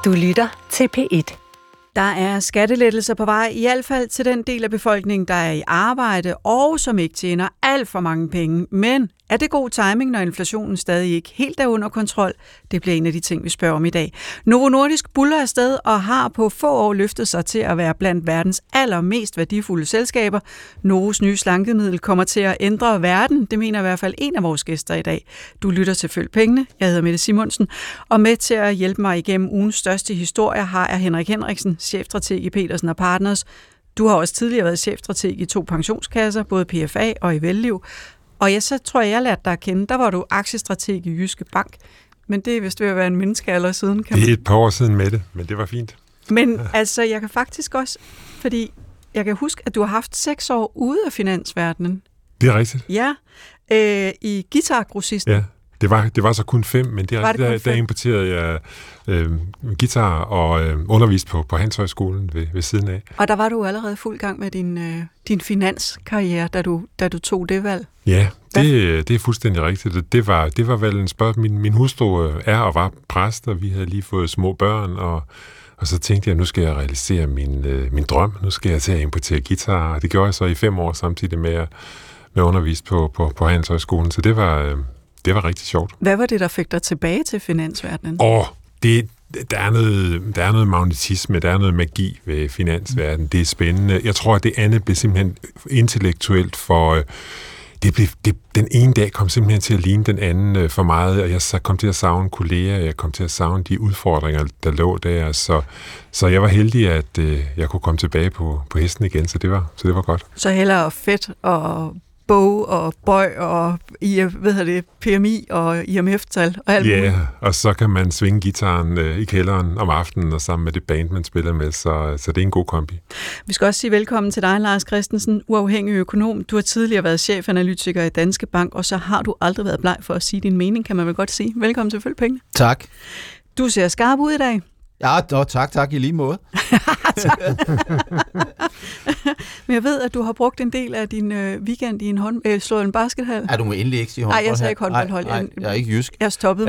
Du lytter til P1. Der er skattelettelser på vej, i hvert fald til den del af befolkningen, der er i arbejde og som ikke tjener alt for mange penge. Men er det god timing, når inflationen stadig ikke helt er under kontrol? Det bliver en af de ting, vi spørger om i dag. Novo Nordisk buller afsted og har på få år løftet sig til at være blandt verdens allermest værdifulde selskaber. Novos nye slankemiddel kommer til at ændre verden. Det mener i hvert fald en af vores gæster i dag. Du lytter til Følg Pengene. Jeg hedder Mette Simonsen. Og med til at hjælpe mig igennem ugens største historie har jeg Henrik Henriksen, chefstrateg i Petersen & Partners. Du har også tidligere været chefstrateg i 2 pensionskasser, både PFA og i Velliv. Og så tror jeg lærte dig at kende. Der var du aktiestrateg i Jyske Bank. Men det er vist ved at være en menneskealder siden. Det er et par år siden med det, men det var fint. Men altså, jeg kan faktisk også, fordi jeg kan huske, at du har haft 6 år ude af finansverdenen. Det er rigtigt. Ja, i guitargrossisten. Ja, det var så kun 5, men det er rigtigt, der importerede jeg guitar og underviste på Handelshøjskolen ved siden af. Og der var du allerede fuld gang med din finanskarriere, da du tog det valg. Ja, det er fuldstændig rigtigt. Det var vel en spørgsmål. Min hustru er og var præst, og vi havde lige fået små børn, og så tænkte jeg, nu skal jeg realisere min drøm. Nu skal jeg til at importere guitar, og det gjorde jeg så i 5 år samtidig med at undervise på Handelshøjskolen, så det var rigtig sjovt. Hvad var det, der fik dig tilbage til finansverdenen? Der er noget magnetisme, der er noget magi ved finansverdenen. Det er spændende. Jeg tror, at det andet blev simpelthen intellektuelt for... Den ene dag kom simpelthen til at ligne den anden for meget, og jeg kom til at savne kolleger, jeg kom til at savne de udfordringer, der lå der. Så jeg var heldig, at jeg kunne komme tilbage på hesten igen, så det var godt. Så hellere fedt og bog og bøj og PMI og IMF-tal og alt muligt. Ja, og så kan man svinge gitaren i kælderen om aftenen og sammen med det band, man spiller med, så det er en god kombi. Vi skal også sige velkommen til dig, Lars Christensen, uafhængig økonom. Du har tidligere været chefanalytiker i Danske Bank, og så har du aldrig været bleg for at sige din mening, kan man vel godt sige. Velkommen til Følg Pengene. Tak. Du ser skarp ud i dag. Ja, tak, i lige måde. Men jeg ved, at du har brugt en del af din weekend i slået en baskethal. Ja, du må endelig ikke sige håndbold. Nej, jeg sagde ikke håndboldhold. Jeg er ikke jysk. Jeg stoppede.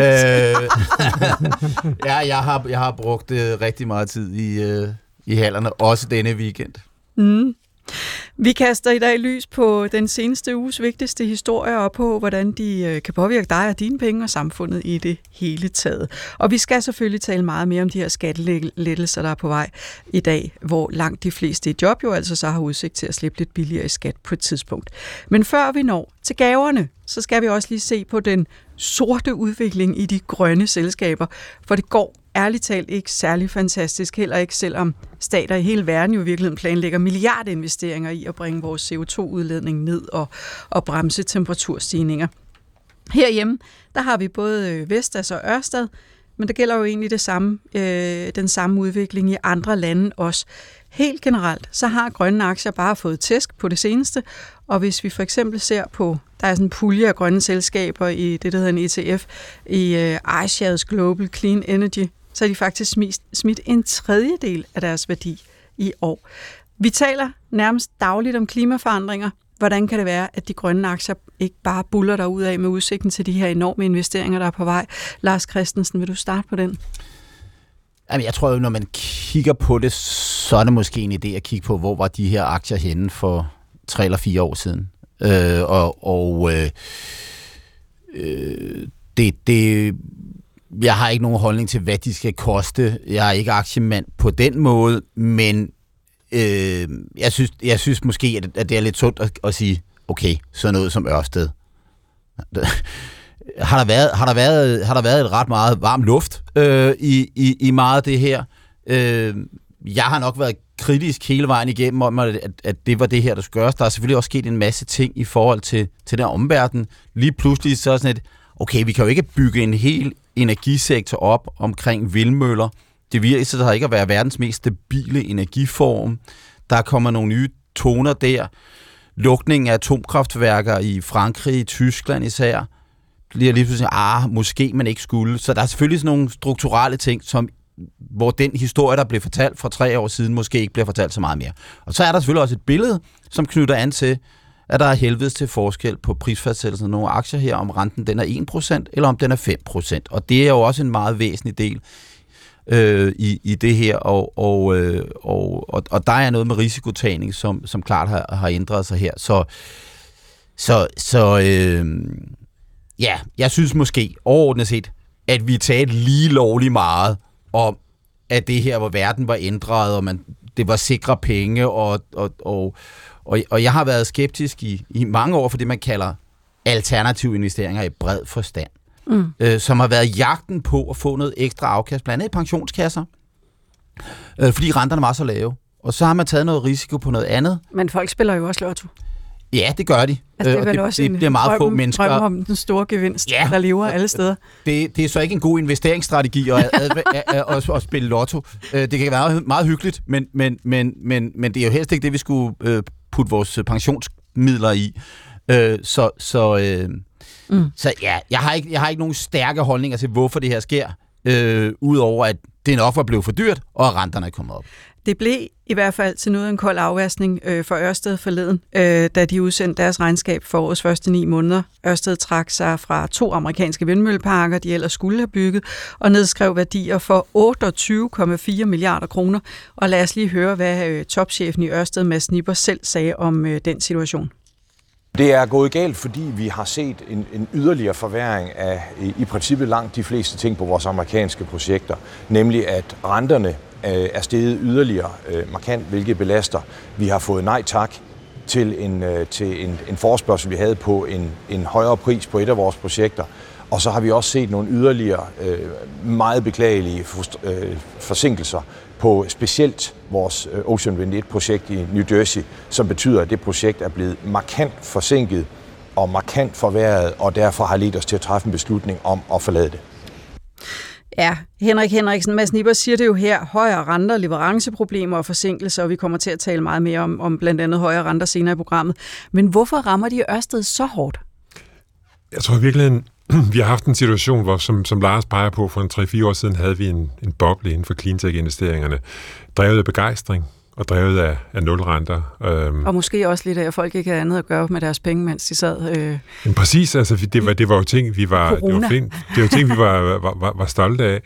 Ja, jeg har brugt rigtig meget tid i hallerne, også denne weekend. Mm. Vi kaster i dag lys på den seneste uges vigtigste historier og på, hvordan de kan påvirke dig og dine penge og samfundet i det hele taget. Og vi skal selvfølgelig tale meget mere om de her skattelettelser, der er på vej i dag, hvor langt de fleste i job jo altså så har udsigt til at slippe lidt billigere i skat på et tidspunkt. Men før vi når til gaverne, så skal vi også lige se på den sorte udvikling i de grønne selskaber, for det går ærligt talt ikke særlig fantastisk, heller ikke selvom stater i hele verden jo i virkeligheden planlægger milliardinvesteringer i at bringe vores CO2-udledning ned og bremse temperaturstigninger. Herhjemme, der har vi både Vestas og Ørsted, men der gælder jo egentlig den samme udvikling i andre lande også. Helt generelt, så har grønne aktier bare fået tæsk på det seneste, og hvis vi for eksempel ser på, der er sådan en pulje af grønne selskaber i det, der hedder en ETF, i iShares Global Clean Energy, så har de faktisk smidt en tredjedel af deres værdi i år. Vi taler nærmest dagligt om klimaforandringer. Hvordan kan det være, at de grønne aktier ikke bare buller derudad med udsigten til de her enorme investeringer, der er på vej? Lars Christensen, vil du starte på den? Jamen, jeg tror jo, når man kigger på det, så er det måske en idé at kigge på, hvor var de her aktier henne for 3 eller 4 år siden. Jeg har ikke nogen holdning til, hvad de skal koste. Jeg er ikke aktiemand på den måde, men jeg synes måske, at det er lidt sundt at sige, okay, sådan noget som Ørsted. Har der været et ret meget varm luft i meget af det her? Jeg har nok været kritisk hele vejen igennem om, at det var det her, der skulle gøres. Der er selvfølgelig også sket en masse ting i forhold til den omverden. Lige pludselig så er sådan et, okay, vi kan jo ikke bygge en hel energisektor op omkring vindmøller. Det viser sig ikke at være verdens mest stabile energiform. Der kommer nogle nye toner der. Lukningen af atomkraftværker i Frankrig, i Tyskland især, bliver lige pludselig, måske man ikke skulle. Så der er selvfølgelig sådan nogle strukturelle ting, hvor den historie, der blev fortalt for 3 år siden, måske ikke bliver fortalt så meget mere. Og så er der selvfølgelig også et billede, som knytter an til, at der er helvedes til forskel på prisfastsættelsen af nogle aktier her, om renten den er 1%, eller om den er 5%. Og det er jo også en meget væsentlig del. i det her, og der er noget med risikotagning, som klart har ændret sig her. Ja, jeg synes måske overordnet set, at vi talte lige lovligt meget om, at det her, hvor verden var ændret, og det var sikre penge, og jeg har været skeptisk i mange år for det, man kalder alternative investeringer i bred forstand, som har været jagten på at få noget ekstra afkast, blandt andet i pensionskasser, fordi renterne var så lave. Og så har man taget noget risiko på noget andet. Men folk spiller jo også lotto. Ja, det gør de. Altså, det er vel også det er meget få mennesker. Drøm om den store gevinst, der lever alle steder. Det er så ikke en god investeringsstrategi at spille lotto. Det kan være meget hyggeligt, men det er jo helst ikke det, vi skulle putte vores pensionsmidler i. Så ja, jeg har ikke nogen stærke holdninger til, hvorfor det her sker, udover at det nok var blevet for dyrt, og renterne er kommet op. Det blev i hvert fald til noget en kold afvaskning for Ørsted forleden, da de udsendte deres regnskab for årets første 9 måneder. Ørsted trak sig fra 2 amerikanske vindmølleparker, de ellers skulle have bygget, og nedskrev værdier for 28,4 milliarder kroner. Og lad os lige høre, hvad topchefen i Ørsted, Mads Nipper, selv sagde om den situation. Det er gået galt, fordi vi har set en yderligere forværring af i princippet langt de fleste ting på vores amerikanske projekter, nemlig at renterne er steget yderligere markant, hvilket belaster. Vi har fået nej tak til en forespørgsel, vi havde på en højere pris på et af vores projekter. Og så har vi også set nogle yderligere meget beklagelige forsinkelser på specielt vores Ocean Wind 1-projekt i New Jersey, som betyder, at det projekt er blevet markant forsinket og markant forværret, og derfor har ledt os til at træffe en beslutning om at forlade det. Ja, Henrik Henriksen, Mads Nipper siger det jo her, højere renter, leveranceproblemer og forsinkelser, og vi kommer til at tale meget mere om blandt andet højere renter senere i programmet. Men hvorfor rammer de Ørsted så hårdt? Jeg tror virkelig, vi har haft en situation, hvor, som Lars peger på, for en 3-4 år siden havde vi en boble inden for cleantech-investeringerne, drevet af begejstring og drevet af nulrenter. Og måske også lidt af, at folk ikke havde andet at gøre med deres penge, mens de sad... Men præcis, altså det var jo ting, vi var... Det var ting, vi var stolte af.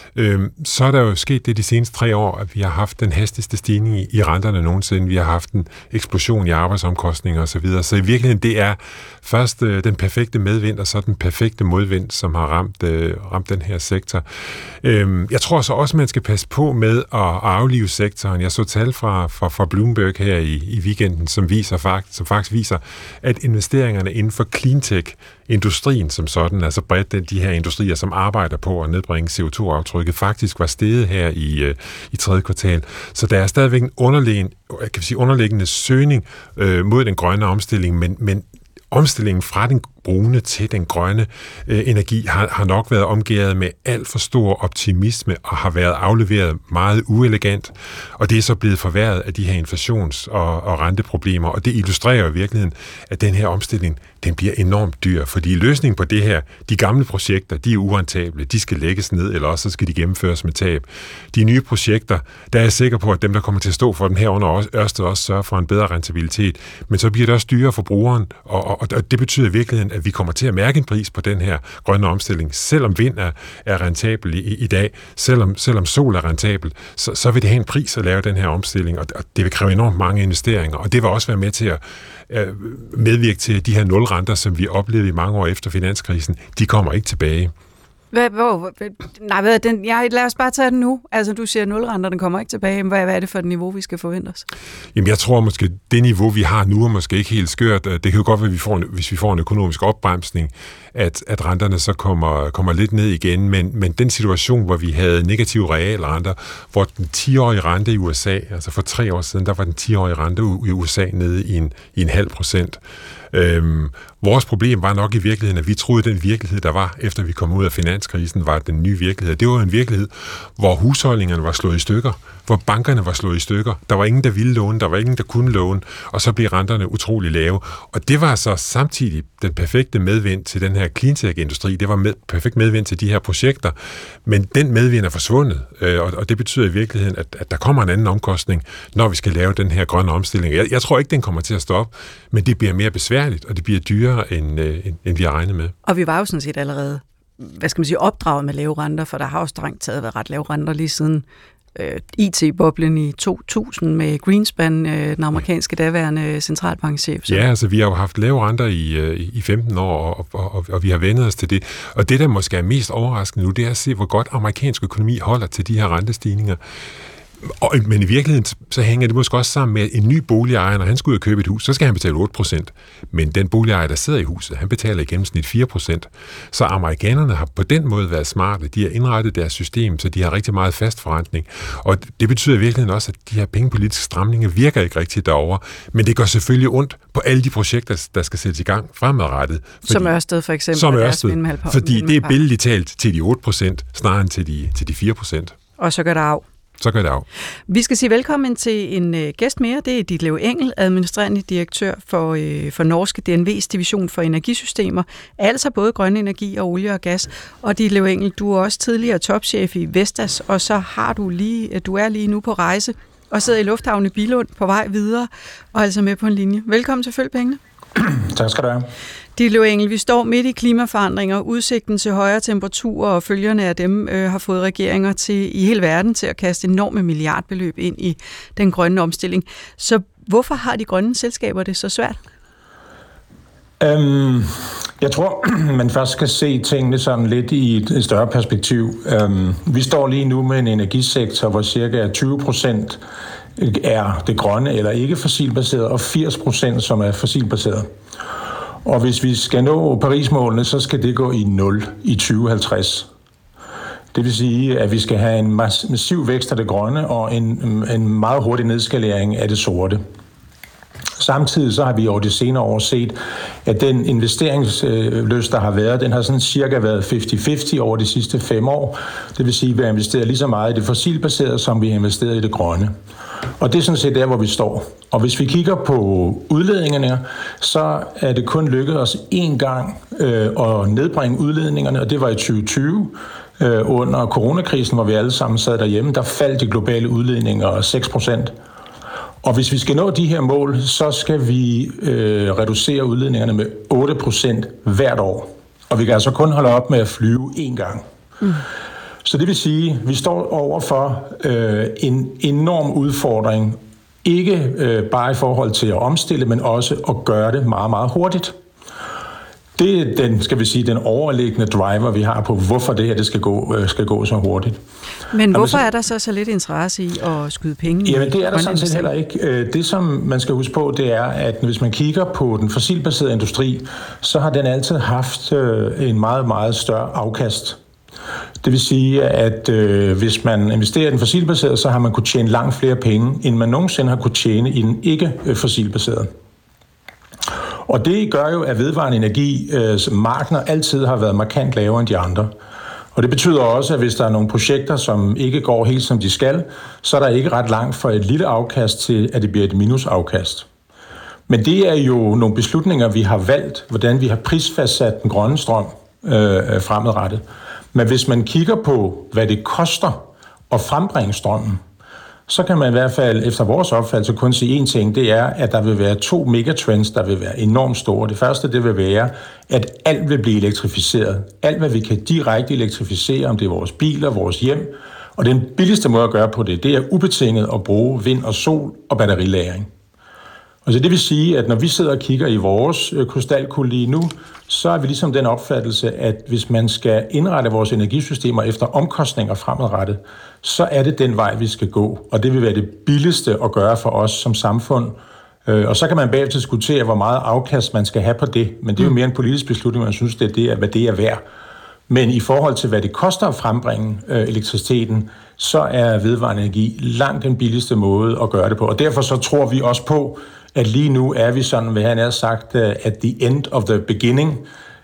Så er der jo sket det de seneste 3 år, at vi har haft den hastigste stigning i renterne nogensinde. Vi har haft en eksplosion i arbejdsomkostninger osv. Så i virkeligheden, det er først den perfekte medvind, og så den perfekte modvind, som har ramt den her sektor. Jeg tror så også, man skal passe på med at aflive sektoren. Jeg så tal fra Bloomberg her i weekenden, som faktisk viser, at investeringerne inden for cleantech-industrien som sådan, altså bredt de her industrier, som arbejder på at nedbringe CO2-aftrykket, faktisk var steget her i 3. kvartal. Så der er stadigvæk en underliggende søgning mod den grønne omstilling, men omstillingen fra den brune til den grønne energi har nok været omgærdet med alt for stor optimisme og har været afleveret meget uelegant, og det er så blevet forværret af de her inflations- og renteproblemer, og det illustrerer i virkeligheden, at den her omstilling, den bliver enormt dyr, fordi løsningen på det her, de gamle projekter, de er urentable, de skal lægges ned, eller også så skal de gennemføres med tab. De nye projekter, der er jeg sikker på, at dem, der kommer til at stå for den herunder Ørsted også sørger for en bedre rentabilitet, men så bliver det også dyrere for brugeren, og det betyder i virkeligheden, at vi kommer til at mærke en pris på den her grønne omstilling. Selvom vind er rentabel i dag, selvom sol er rentabel, så vil det have en pris at lave den her omstilling, og det vil kræve enormt mange investeringer, og det vil også være med til at medvirke til, at de her nulrenter, som vi oplevede i mange år efter finanskrisen, de kommer ikke tilbage. Lad os bare tage den nu. Altså, du siger, at nulrenter, den kommer ikke tilbage. Hvad er det for et niveau, vi skal forvente os? Jamen, jeg tror måske, det niveau, vi har nu, er måske ikke helt skørt. Det kan jo godt være, hvis vi får en økonomisk opbremsning, at renterne så kommer lidt ned igen. Men den situation, hvor vi havde negative realrenter, hvor den 10-årige rente i USA, altså for 3 år siden, der var den 10-årige rente i USA nede i 0,5%. Vores problem var nok i virkeligheden, at vi troede, at den virkelighed, der var, efter vi kom ud af finanskrisen, var den nye virkelighed. Det var en virkelighed, hvor husholdningerne var slået i stykker, hvor bankerne var slået i stykker. Der var ingen, der ville låne, der var ingen, der kunne låne, og så blev renterne utrolig lave. Og det var så samtidig den perfekte medvind til den her cleantech-industri. Det var perfekt medvind til de her projekter, men den medvind er forsvundet, og det betyder i virkeligheden, at der kommer en anden omkostning, når vi skal lave den her grønne omstilling. Jeg tror ikke, den kommer til at stoppe, men det bliver mere besværligt, og det bliver dyrere, end vi har regnet med. Og vi var jo sådan set allerede opdraget med lave renter, for der har jo strengt taget været ret lave renter lige siden IT-boblen i 2000 med Greenspan, den amerikanske daværende centralbankchef. Ja, altså vi har jo haft lave renter i 15 år, og vi har vendet os til det. Og det, der måske er mest overraskende nu, det er at se, hvor godt amerikansk økonomi holder til de her rentestigninger. Men i virkeligheden, så hænger det måske også sammen med, at en ny boligejer, når han skal ud og købe et hus, så skal han betale 8%. Men den boligejer, der sidder i huset, han betaler i gennemsnit 4%. Så amerikanerne har på den måde været smarte. De har indrettet deres system, så de har rigtig meget fast forrentning. Og det betyder i virkeligheden også, at de her pengepolitiske stramninger virker ikke rigtigt derovre. Men det går selvfølgelig ondt på alle de projekter, der skal sættes i gang fremadrettet. Som Ørsted for eksempel. Som Ørsted, fordi det er billigt talt til de 8%, snarere end til de 4%. Og så gør det af. Så gør det af. Vi skal sige velkommen til en gæst mere. Det er Ditlev Engel, administrerende direktør for Norske DNV's division for energisystemer, altså både grøn energi og olie og gas. Og Ditlev Engel, du er også tidligere topchef i Vestas, og så har du er lige nu på rejse og sidder i lufthavnen i Billund på vej videre og altså med på en linje. Velkommen til Følg Pengene. Tak skal du have. Ditlev Engel, vi står midt i klimaforandringer. Udsigten til højere temperaturer og følgerne af dem har fået regeringer i hele verden til at kaste enorme milliardbeløb ind i den grønne omstilling. Så hvorfor har de grønne selskaber det så svært? Jeg tror, man først skal se tingene sådan lidt i et større perspektiv. Vi står lige nu med en energisektor, hvor cirka 20% er det grønne eller ikke fossilbaseret, og 80% som er fossilbaseret. Og hvis vi skal nå Paris-målene, så skal det gå i 0 i 2050. Det vil sige, at vi skal have en massiv vækst af det grønne og en meget hurtig nedskalering af det sorte. Samtidig så har vi over de senere år set, at den investeringslyst, der har været, den har sådan cirka været 50-50 over de sidste 5 år. Det vil sige, at vi har investeret lige så meget i det fossilbaserede, som vi har investeret i det grønne. Og det er sådan set der, hvor vi står. Og hvis vi kigger på udledningerne, så er det kun lykkedes os én gang at nedbringe udledningerne, og det var i 2020. Under coronakrisen, hvor vi alle sammen sad derhjemme, der faldt de globale udledninger 6%. Og hvis vi skal nå de her mål, så skal vi reducere udledningerne med 8% hvert år. Og vi kan altså kun holde op med at flyve én gang. Så det vil sige, at vi står over for en enorm udfordring. Ikke bare i forhold til at omstille, men også at gøre det meget, meget hurtigt. Det er den overliggende driver, vi har på, hvorfor det her det skal gå så hurtigt. Men hvorfor er der så lidt interesse i at skyde penge? Jamen det er der sådan set heller ikke. Det som man skal huske på, det er, at hvis man kigger på den fossilbaserede industri, så har den altid haft en meget, meget større afkast. Det vil sige, at hvis man investerer i den fossilbaserede, så har man kunnet tjene langt flere penge, end man nogensinde har kunnet tjene i den ikke fossilbaserede. Og det gør jo, at vedvarende energi markedet altid har været markant lavere end de andre. Og det betyder også, at hvis der er nogle projekter, som ikke går helt som de skal, så er der ikke ret langt fra et lille afkast til, at det bliver et minusafkast. Men det er jo nogle beslutninger, vi har valgt, hvordan vi har prisfastsat den grønne strøm fremadrettet. Men hvis man kigger på, hvad det koster at frembringe strømmen, så kan man i hvert fald efter vores opfattelse kun sige én ting, det er, at der vil være 2 megatrends, der vil være enormt store. Det første, det vil være, at alt vil blive elektrificeret. Alt, hvad vi kan direkte elektrificere, om det er vores biler, vores hjem. Og den billigste måde at gøre på det, det er ubetinget at bruge vind og sol og batterilagring. Og så det vil sige, at når vi sidder og kigger i vores krystalkugle lige nu, så er vi ligesom den opfattelse, at hvis man skal indrette vores energisystemer efter omkostninger fremadrettet, så er det den vej, vi skal gå. Og det vil være det billigste at gøre for os som samfund. Og så kan man bagefter diskutere, hvor meget afkast man skal have på det. Men det er jo mere en politisk beslutning, man synes, det er, hvad det er værd. Men i forhold til, hvad det koster at frembringe elektriciteten, så er vedvarende energi langt den billigste måde at gøre det på. Og derfor så tror vi også på, at lige nu er vi sådan, hvad han har sagt, at the end of the beginning.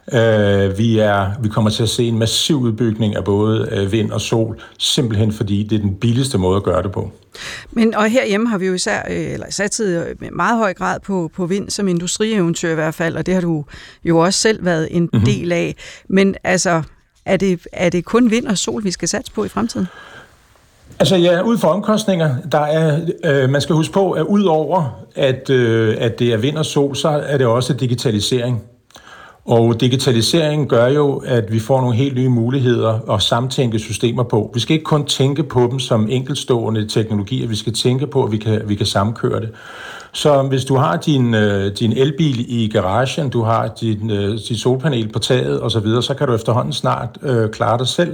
Vi kommer til at se en massiv udbygning af både vind og sol, simpelthen fordi det er den billigste måde at gøre det på. Men og herhjemme har vi jo især satset i meget høj grad på vind som industrieventyr i hvert fald, og det har du jo også selv været en del af. Men altså, er det kun vind og sol, vi skal satse på i fremtiden? Altså ja, ud for omkostninger, der er, man skal huske på, at ud over, at det er vind og sol, så er det også digitalisering. Og digitaliseringen gør jo, at vi får nogle helt nye muligheder og samtænke systemer på. Vi skal ikke kun tænke på dem som enkeltstående teknologier, vi skal tænke på, at vi kan samkøre det. Så hvis du har din elbil i garagen, du har dit solpanel på taget osv., så kan du efterhånden snart klare dig selv.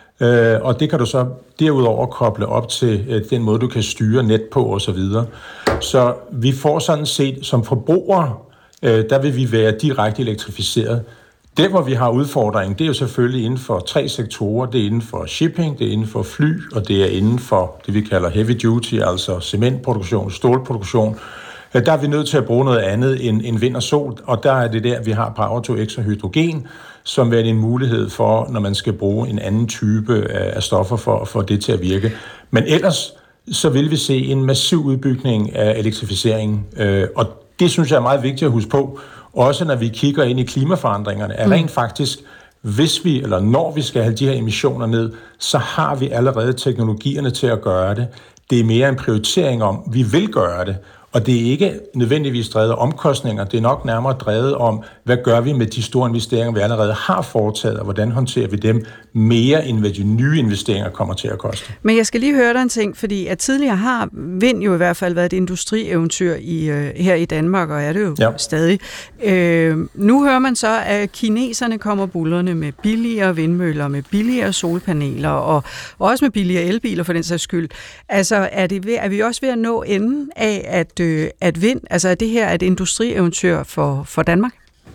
Og det kan du så derudover koble op til den måde, du kan styre net på osv. Så vi får sådan set som forbrugere, der vil vi være direkte elektrificeret. Der, hvor vi har udfordringen, det er jo selvfølgelig inden for 3 sektorer. Det er inden for shipping, det er inden for fly, og det er inden for det, vi kalder heavy duty, altså cementproduktion, stålproduktion. Der er vi nødt til at bruge noget andet end vind og sol, og der er det der, vi har Power-to-X og hydrogen, som er en mulighed for, når man skal bruge en anden type af stoffer for det til at virke. Men ellers så vil vi se en massiv udbygning af elektrificeringen, og det synes jeg er meget vigtigt at huske på, også når vi kigger ind i klimaforandringerne, er rent faktisk, når vi skal have de her emissioner ned, så har vi allerede teknologierne til at gøre det. Det er mere en prioritering om, vi vil gøre det, og det er ikke nødvendigvis drevet af omkostninger, det er nok nærmere drevet om, hvad gør vi med de store investeringer, vi allerede har foretaget, og hvordan håndterer vi dem mere, end hvad de nye investeringer kommer til at koste. Men jeg skal lige høre dig en ting, fordi at tidligere har vind jo i hvert fald været et industrieventyr her i Danmark, og er det jo stadig. Nu hører man så, at kineserne kommer bullerne med billigere vindmøller, med billigere solpaneler, og også med billigere elbiler for den sags skyld. Altså er vi også ved at nå enden af, at vind, altså det her er et industrieventyr for Danmark?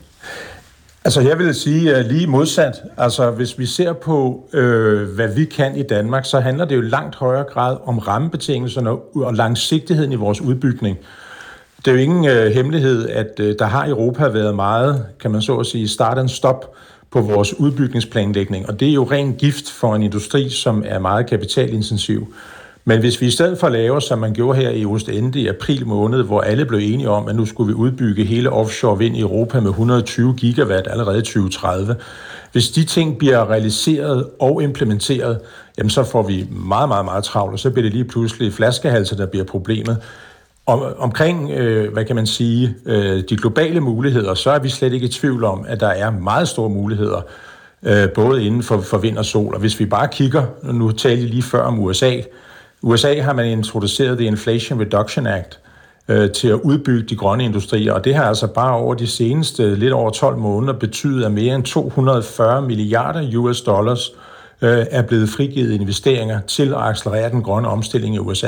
Altså jeg vil sige lige modsat. Altså hvis vi ser på, hvad vi kan i Danmark, så handler det jo i langt højere grad om rammebetingelserne og langsigtigheden i vores udbygning. Det er jo ingen hemmelighed, at der har i Europa været meget, kan man så at sige, start and stop på vores udbygningsplanlægning, og det er jo ren gift for en industri, som er meget kapitalintensiv. Men hvis vi i stedet for laver, som man gjorde her i Oostende i april måned, hvor alle blev enige om, at nu skulle vi udbygge hele offshore vind i Europa med 120 gigawatt allerede i 2030. Hvis de ting bliver realiseret og implementeret, jamen så får vi meget, meget, meget travlt, og så bliver det lige pludselig flaskehalser, der bliver problemet. Omkring, hvad kan man sige, de globale muligheder, så er vi slet ikke i tvivl om, at der er meget store muligheder, både inden for vind og sol. Og hvis vi bare kigger, nu talte jeg lige før om USA. USA har man introduceret det Inflation Reduction Act til at udbygge de grønne industrier, og det har altså bare over de seneste lidt over 12 måneder betydet, at mere end 240 milliarder US dollars er blevet frigivet investeringer til at accelerere den grønne omstilling i USA.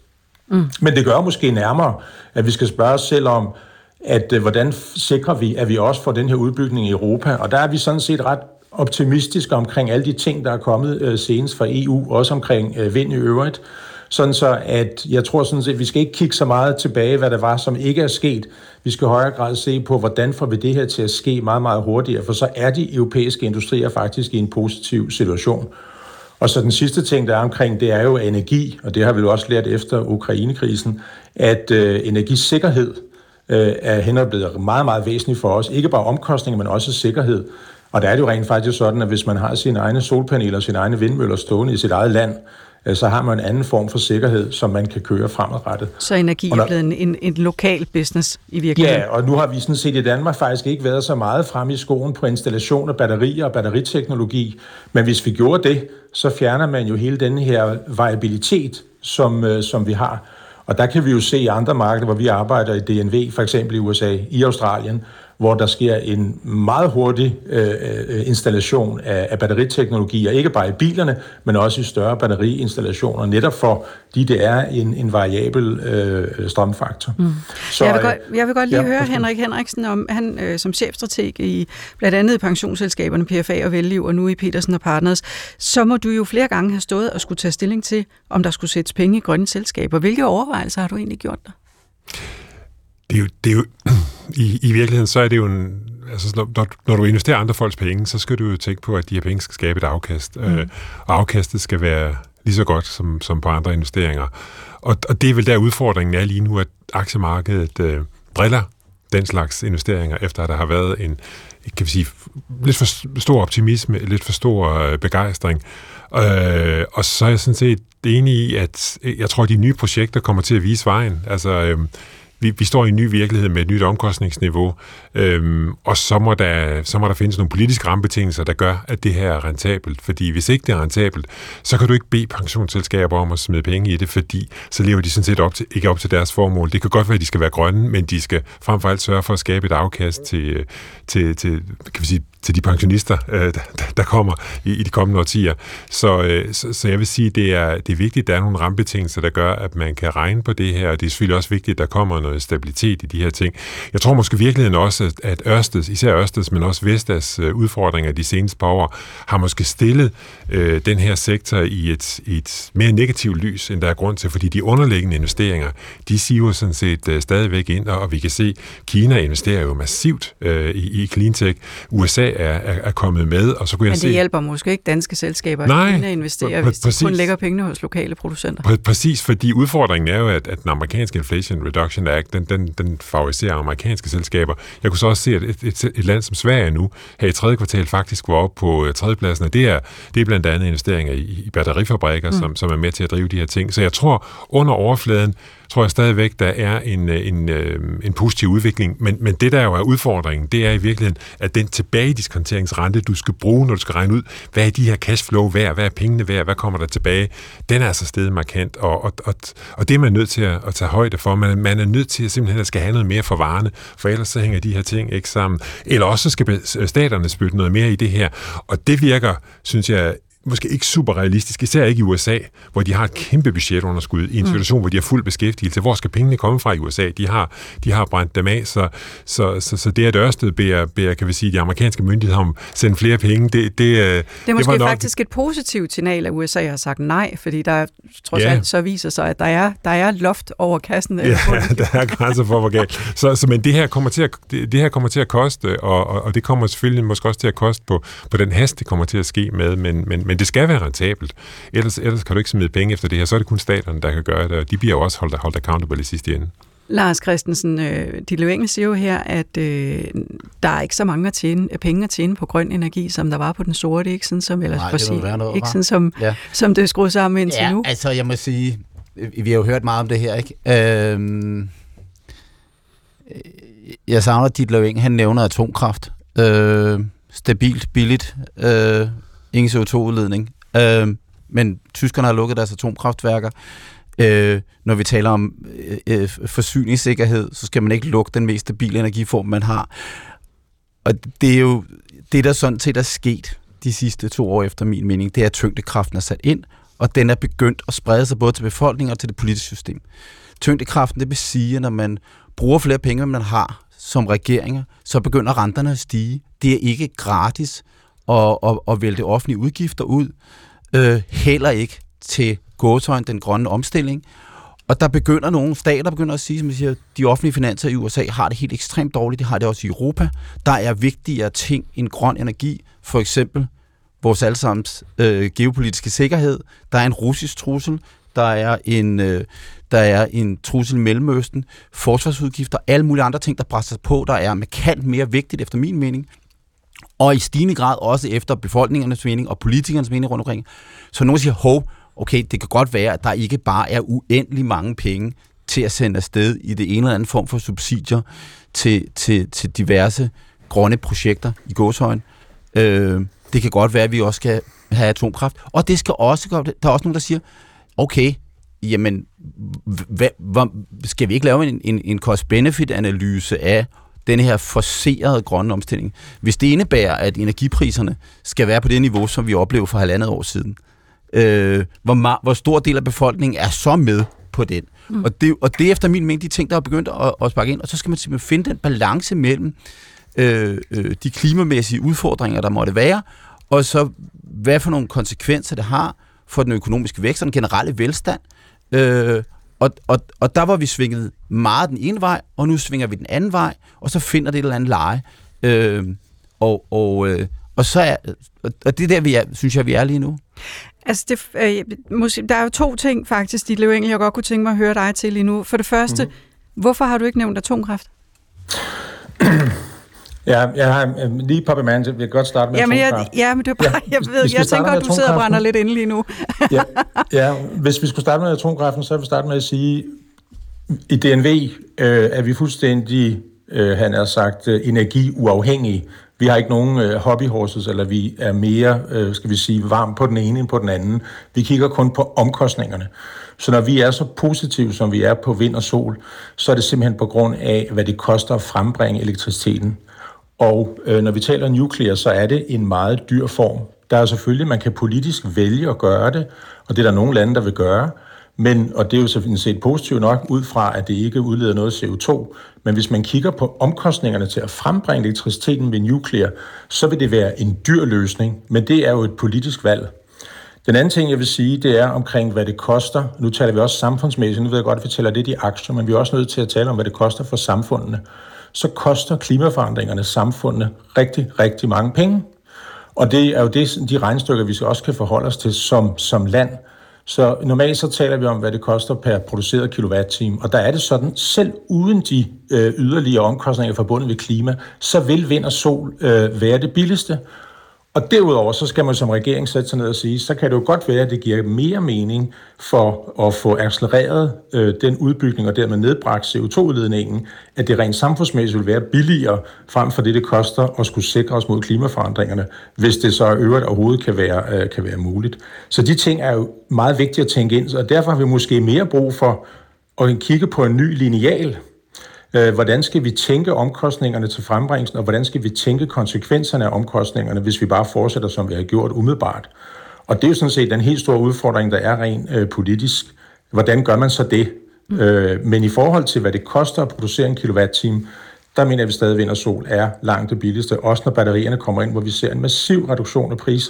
Men det gør måske nærmere, at vi skal spørge os selv om, at hvordan sikrer vi, at vi også får den her udbygning i Europa, og der er vi sådan set ret optimistiske omkring alle de ting, der er kommet senest fra EU, også omkring vind i øvrigt. Sådan så, at jeg tror sådan set, at vi skal ikke kigge så meget tilbage, hvad der var, som ikke er sket. Vi skal i højere grad se på, hvordan får vi det her til at ske meget, meget hurtigere, for så er de europæiske industrier faktisk i en positiv situation. Og så den sidste ting, der er omkring, det er jo energi, og det har vi jo også lært efter Ukrainekrisen, at energisikkerhed er hen blevet meget, meget væsentligt for os. Ikke bare omkostninger, men også sikkerhed. Og der er det jo rent faktisk sådan, at hvis man har sine egne solpaneler og sine egne vindmøller stående i sit eget land, så har man en anden form for sikkerhed, som man kan køre fremadrettet. Så energi er blevet en lokal business i virkeligheden? Ja, og nu har vi sådan set i Danmark faktisk ikke været så meget fremme i skoen på installation af batterier og batteriteknologi, men hvis vi gjorde det, så fjerner man jo hele den her variabilitet, som vi har. Og der kan vi jo se i andre markeder, hvor vi arbejder i DNV, for eksempel i USA, i Australien, hvor der sker en meget hurtig installation af batteriteknologier, ikke bare i bilerne, men også i større batteriinstallationer, netop fordi det er en variabel strømfaktor. Så, jeg vil godt lige høre Henrik Henriksen om, han som chefstrateg i blandt andet pensionsselskaberne PFA og Velliv, og nu i Petersen og Partners, så må du jo flere gange have stået og skulle tage stilling til, om der skulle sættes penge i grønne selskaber. Hvilke overvejelser har du egentlig gjort der? Det er jo i virkeligheden, så er det jo altså, når du investerer andre folks penge, så skal du jo tænke på, at de her penge skal skabe et afkast. Og afkastet skal være lige så godt som på andre investeringer. Og det er vel der udfordringen er lige nu, at aktiemarkedet driller den slags investeringer, efter at der har været en, kan vi sige, lidt for stor optimisme, lidt for stor begejstring. Og så er jeg sådan set enig i, at jeg tror, at de nye projekter kommer til at vise vejen. Altså, vi står i en ny virkelighed med et nyt omkostningsniveau, og så må der findes nogle politiske rammebetingelser, der gør, at det her er rentabelt. Fordi hvis ikke det er rentabelt, så kan du ikke bede pensionsselskaber om at smide penge i det, fordi så lever de sådan set ikke op til deres formål. Det kan godt være, at de skal være grønne, men de skal frem for alt sørge for at skabe et afkast til de pensionister, der kommer i de kommende årtier. Så jeg vil sige, det er vigtigt, at der er nogle rammebetingelser, der gør, at man kan regne på det her, og det er selvfølgelig også vigtigt, at der kommer noget stabilitet i de her ting. Jeg tror måske virkeligheden også, at Ørsteds, især Ørsteds, men også Vestas udfordringer de seneste par år, har måske stillet den her sektor i et mere negativt lys, end der er grund til, fordi de underliggende investeringer, de siver sådan set stadigvæk ind, og vi kan se, Kina investerer jo massivt i cleantech. USA er kommet med, og så kunne jeg se... Men det hjælper måske ikke danske selskaber, at Kina investerer, hvis de kun lægger pengene hos lokale producenter. Præcis, fordi udfordringen er jo, at den amerikanske Inflation Reduction Act, den favoriserer amerikanske selskaber. Jeg kunne så også se, at et land som Sverige nu, her i tredje kvartal faktisk var oppe på tredjepladsen, og det er blandt andet investeringer i batterifabrikker, som er med til at drive de her ting. Så jeg tror, under overfladen, tror jeg stadigvæk, der er en positiv udvikling, men det, der jo er udfordringen, det er i virkeligheden, at den tilbagediskonteringsrente, du skal bruge, når du skal regne ud, hvad er de her cashflow værd, hvad er pengene værd, hvad kommer der tilbage, den er altså steget markant, og det er man nødt til at tage højde for. Man er nødt til at simpelthen at skal have noget mere for varerne, for ellers så hænger de her ting ikke sammen. Eller også skal staterne spytte noget mere i det her, og det virker, synes jeg, måske ikke super realistisk, især ikke i USA, hvor de har et kæmpe budgetunderskud i en situation, hvor de har fuld beskæftigelse. Hvor skal pengene komme fra i USA? De har brændt dem af, så det, at Ørsted beder, kan vi sige, de amerikanske myndigheder om at sende flere penge, det er måske faktisk et positivt signal, at USA har sagt nej, fordi der trods alt så viser sig, at der er loft over kassen. Ja, der er grænser for, hvor galt. Men det her kommer til at koste, og det kommer selvfølgelig måske også til at koste på den hast, det kommer til at ske med, men det skal være rentabelt. Ellers kan du ikke smide penge efter det her. Så er det kun staterne, der kan gøre det, og de bliver jo også holdt accountable i sidste ende. Lars Christensen, Ditlev Engel siger jo her, at der er ikke så mange penge at tjene på grøn energi, som der var på den sorte, ikke sådan som ellers fossil, ikke sådan som det er skruet sammen indtil nu. Ja, altså jeg må sige, vi har jo hørt meget om det her, ikke? Jeg savner Ditlev Engel, han nævner atomkraft. Stabilt, billigt, ingen CO2-udledning. Men tyskerne har lukket deres atomkraftværker. Når vi taler om forsyningssikkerhed, så skal man ikke lukke den mest stabile energiform, man har. Og det er jo det, der sådan set er sket de sidste 2 år efter min mening, det er, at tyngdekraften er sat ind, og den er begyndt at sprede sig både til befolkningen og til det politiske system. Tyngdekraften, det vil sige, at når man bruger flere penge, end man har som regeringer, så begynder renterne at stige. Det er ikke gratis at vælte offentlige udgifter ud, heller ikke til gåseøjne den grønne omstilling. Og der begynder nogle stater at sige, som jeg siger, de offentlige finanser i USA har det helt ekstremt dårligt, det har det også i Europa. Der er vigtigere ting end grøn energi, for eksempel vores allesammens geopolitiske sikkerhed. Der er en russisk trussel, der er en trussel i Mellemøsten, forsvarsudgifter, alle mulige andre ting, der presser på, der er markant mere vigtigt efter min mening, og i stigende grad også efter befolkningernes mening og politikernes mening rundt omkring. Så nogen siger, okay, det kan godt være, at der ikke bare er uendelig mange penge til at sende afsted i det ene eller andet form for subsidier til diverse grønne projekter i gåseøjne. Det kan godt være, at vi også skal have atomkraft. Og det skal også, der er også nogen, der siger, okay, jamen, skal vi ikke lave en cost-benefit-analyse af den her forcerede grønne omstilling? Hvis det indebærer, at energipriserne skal være på det niveau, som vi oplevede for 1,5 år siden, hvor stor del af befolkningen er så med på den? Og det er efter min mening de ting, der er begyndt at sparke ind, og så skal man simpelthen finde den balance mellem de klimamæssige udfordringer, der måtte være, og så hvad for nogle konsekvenser det har for den økonomiske vækst og den generelle velstand. Og der var vi svinget meget den ene vej, og nu svinger vi den anden vej, og så finder det et eller andet leje. Og så er og det der, synes jeg, vi er lige nu. Altså, der er jo 2 ting faktisk, Ditlev Engel, jeg godt kunne tænke mig at høre dig til lige nu. For det første, hvorfor har du ikke nævnt atomkraft? Ja, jeg har lige på bemærket, jeg kan godt starte med atomkraft. Men det er bare, jeg tænker godt, du sidder og brænder lidt inde lige nu. ja, hvis vi skulle starte med atomkraften, så vil vi starte med at sige, I DNV er vi fuldstændig, han har sagt, energiuafhængige. Vi har ikke nogen hobbyhorses, eller vi er mere, skal vi sige, varm på den ene end på den anden. Vi kigger kun på omkostningerne. Så når vi er så positive, som vi er på vind og sol, så er det simpelthen på grund af, hvad det koster at frembringe elektriciteten. Og når vi taler nuclear, så er det en meget dyr form. Der er selvfølgelig, man kan politisk vælge at gøre det, og det er der nogle lande, der vil gøre. Og det er jo selvfølgelig set positivt nok, ud fra, at det ikke udleder noget CO2. Men hvis man kigger på omkostningerne til at frembringe elektriciteten ved nuclear, så vil det være en dyr løsning, men det er jo et politisk valg. Den anden ting, jeg vil sige, det er omkring, hvad det koster. Nu taler vi også samfundsmæssigt. Nu ved jeg godt, at vi tæller lidt i aktier, men vi er også nødt til at tale om, hvad det koster for samfundene. Så koster klimaforandringerne samfundene rigtig, rigtig mange penge. Og det er jo de regnestykker, vi også kan forholde os til som land. Så normalt så taler vi om, hvad det koster per produceret kilowatt-time. Og der er det sådan, selv uden de yderligere omkostninger forbundet ved klima, så vil vind og sol være det billigste. Og derudover, så skal man som regering sætte sig ned og sige, så kan det jo godt være, at det giver mere mening for at få accelereret den udbygning og dermed nedbragt CO2-udledningen, at det rent samfundsmæssigt vil være billigere frem for det koster at skulle sikre os mod klimaforandringerne, hvis det så øvrigt overhovedet kan være muligt. Så de ting er jo meget vigtige at tænke ind, og derfor har vi måske mere brug for at kigge på en ny lineal. Hvordan skal vi tænke omkostningerne til frembringelsen, og hvordan skal vi tænke konsekvenserne af omkostningerne, hvis vi bare fortsætter, som vi har gjort umiddelbart? Og det er jo sådan set den helt store udfordring, der er rent politisk. Hvordan gør man så det? Men i forhold til, hvad det koster at producere en kilowatt-time, der mener jeg, at stadig vind og sol er langt det billigste, også når batterierne kommer ind, hvor vi ser en massiv reduktion af priser.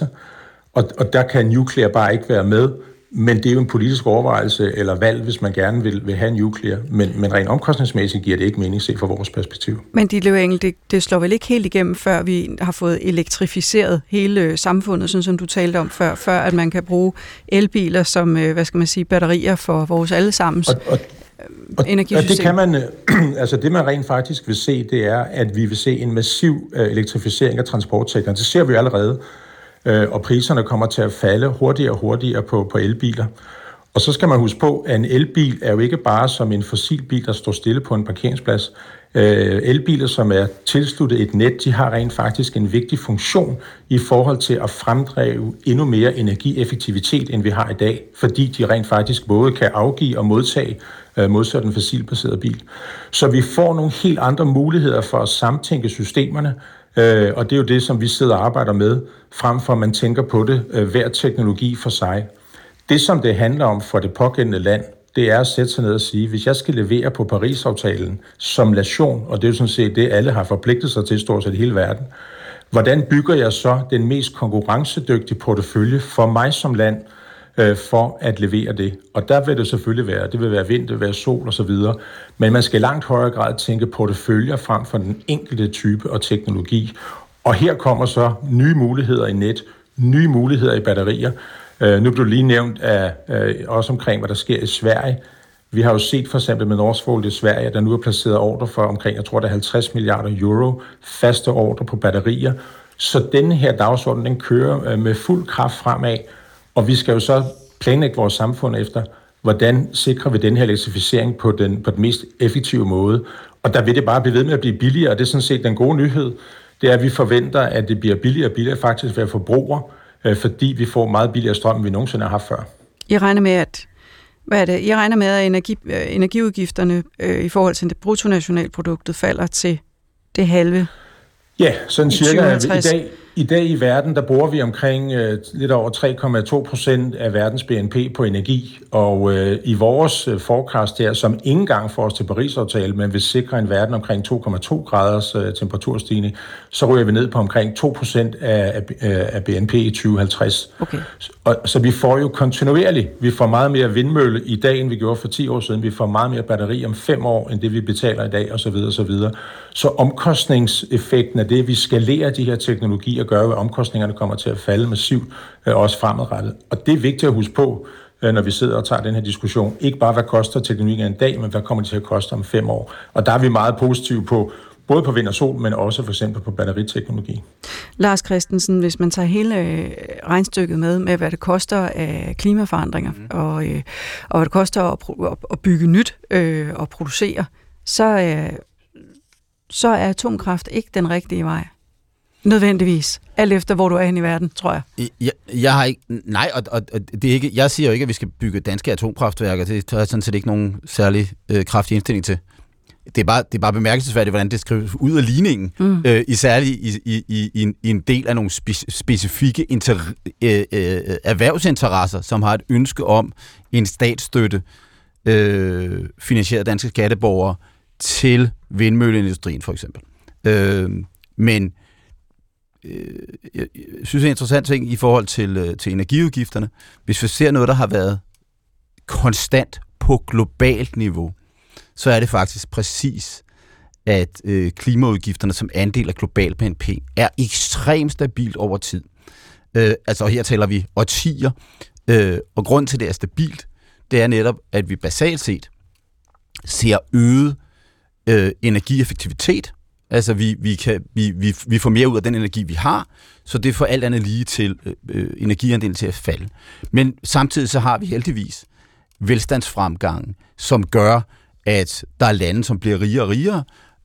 Og der kan nuclear bare ikke være med. Men det er jo en politisk overvejelse eller valg, hvis man gerne vil have nuclear. Men rent omkostningsmæssigt giver det ikke mening set fra vores perspektiv. Men Ditlev Engel, det slår vel ikke helt igennem, før vi har fået elektrificeret hele samfundet, sådan som du talte om før at man kan bruge elbiler som, batterier for vores allesammens energisystem. Og det kan man, altså det man rent faktisk vil se, det er, at vi vil se en massiv elektrificering af transportsektoren. Det ser vi jo allerede. Og priserne kommer til at falde hurtigere og hurtigere på elbiler. Og så skal man huske på, at en elbil er jo ikke bare som en fossilbil, der står stille på en parkeringsplads. Elbiler, som er tilsluttet et net, de har rent faktisk en vigtig funktion i forhold til at fremdrive endnu mere energieffektivitet, end vi har i dag, fordi de rent faktisk både kan afgive og modtage modsat en fossilbaseret bil. Så vi får nogle helt andre muligheder for at samtænke systemerne, og det er jo det, som vi sidder og arbejder med, frem for at man tænker på det hver teknologi for sig. Det, som det handler om for det pågældende land, det er at sætte sig ned og sige, hvis jeg skal levere på Paris-aftalen som nation, og det er jo sådan set det, alle har forpligtet sig til stort set i hele verden, hvordan bygger jeg så den mest konkurrencedygtige portefølje for mig som land, for at levere det? Og der vil det selvfølgelig være, det vil være vind, det vil være sol osv., men man skal i langt højere grad tænke porteføljer frem for den enkelte type og teknologi. Og her kommer så nye muligheder i net, nye muligheder i batterier. Nu blev lige nævnt også omkring, hvad der sker i Sverige. Vi har jo set for eksempel med Northvolt i Sverige, der nu er placeret ordre for omkring, jeg tror, der er 50 milliarder euro faste ordre på batterier. Så denne her dagsorden, den kører med fuld kraft fremad, og vi skal jo så planlægge vores samfund efter, hvordan sikrer vi den her elektrificering på den mest effektive måde. Og der vil det bare blive ved med at blive billigere, og det er sådan set den gode nyhed. Det er, at vi forventer, at det bliver billigere og billigere faktisk være forbrugere, fordi vi får meget billigere strøm, end vi nogensinde har haft før. I regner med, at energiudgifterne i forhold til det bruttonationalproduktet falder til det halve? Ja, sådan cirka. I dag i verden, der bruger vi omkring lidt over 3,2% af verdens BNP på energi, og i vores forecast her, som ikke engang får os til Paris-aftale, men vil sikre en verden omkring 2,2 graders temperaturstigning, så ryger vi ned på omkring 2% af BNP i 2050. Okay. Så vi får jo kontinuerligt, vi får meget mere vindmølle i dag, end vi gjorde for 10 år siden. Vi får meget mere batteri om 5 år, end det vi betaler i dag, osv. osv. Så omkostningseffekten af det, vi skalerer de her teknologier, gør jo, at omkostningerne kommer til at falde massivt, også fremadrettet. Og det er vigtigt at huske på, når vi sidder og tager den her diskussion. Ikke bare, hvad koster teknologien en dag, men hvad kommer det til at koste om 5 år. Og der er vi meget positive på både på vind og sol, men også for eksempel på batteriteknologi. Lars Christensen, hvis man tager hele regnstykket med hvad det koster af klimaforandringer, og hvad det koster at bygge nyt og producere, så er atomkraft ikke den rigtige vej. Nødvendigvis. Alt efter, hvor du er henne i verden, tror jeg. Jeg har ikke... Nej, og det er ikke... Jeg siger jo ikke, at vi skal bygge danske atomkraftværker. Det har jeg sådan set ikke nogen særlig kraftig indstilling til. Det er bare bemærkelsesværdigt, hvordan det skrives ud af ligningen, særligt i en del af nogle specifikke erhvervsinteresser, som har et ønske om en statsstøtte finansieret danske skatteborgere til vindmølleindustrien, for eksempel. Men jeg synes, det er en interessant ting i forhold til energiudgifterne. Hvis vi ser noget, der har været konstant på globalt niveau, så er det faktisk præcis, at klimaudgifterne som andel af global BNP er ekstremt stabilt over tid. Altså her taler vi årtier, og grund til, det er stabilt, det er netop, at vi basalt set ser øget energieffektivitet. Altså vi får mere ud af den energi, vi har, så det får alt andet lige til energiandelen til at falde. Men samtidig så har vi heldigvis velstandsfremgangen, som gør, at der er lande, som bliver rigere og rigere.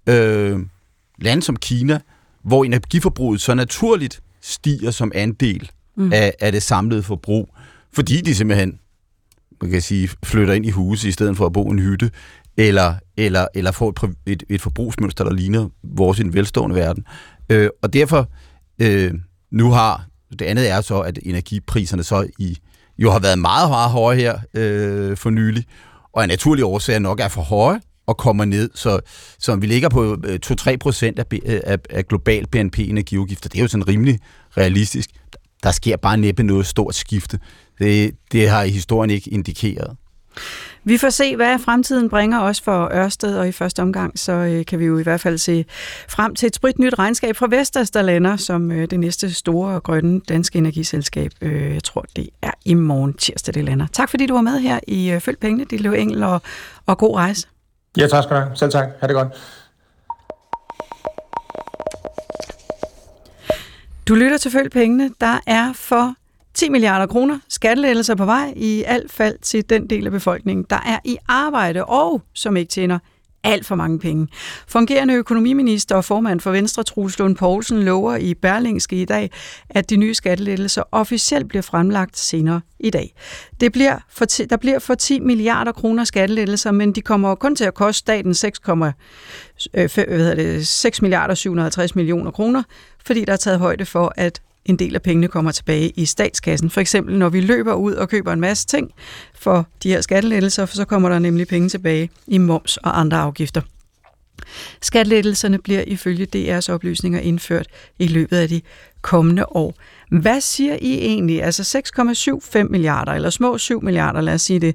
Lande som Kina, hvor energiforbruget så naturligt stiger som andel af det samlede forbrug, fordi de simpelthen, man kan sige, flytter ind i huse i stedet for at bo i en hytte, eller få et forbrugsmønster, der ligner vores i den velstående verden. Og derfor, nu har, det andet er så, at energipriserne så jo har været meget, meget høje her for nylig, og af naturlige årsager nok er for høje og kommer ned, så vi ligger på 2-3% af global BNP energiudgifter. Det er jo sådan rimelig realistisk. Der sker bare næppe noget stort skifte. Det har historien ikke indikeret. Vi får se, hvad fremtiden bringer os for Ørsted, og i første omgang, så kan vi jo i hvert fald se frem til et spritnyt regnskab fra Vestas, der lander som det næste store grønne danske energiselskab. Jeg tror, det er i morgen tirsdag, det lander. Tak fordi du var med her i Følg Pengene, Ditlev Engel, og god rejse. Ja, tak skal du have. Selv tak. Ha' det godt. Du lytter til Følg Pengene, der er for 10 milliarder kroner skattelettelser på vej, i alt fald til den del af befolkningen, der er i arbejde og som ikke tjener alt for mange penge. Fungerende økonomiminister og formand for Venstre, Troels Lund Poulsen, lover i Berlingske i dag, at de nye skattelettelser officielt bliver fremlagt senere i dag. Der bliver for 10 milliarder kroner skattelettelser, men de kommer kun til at koste staten 6 milliarder 750 millioner kroner, fordi der er taget højde for, at en del af pengene kommer tilbage i statskassen. For eksempel, når vi løber ud og køber en masse ting for de her skattelettelser, så kommer der nemlig penge tilbage i moms og andre afgifter. Skattelettelserne bliver ifølge DR's oplysninger indført i løbet af de kommende år. Hvad siger I egentlig? Altså 6,75 milliarder, eller små 7 milliarder, lad os sige det.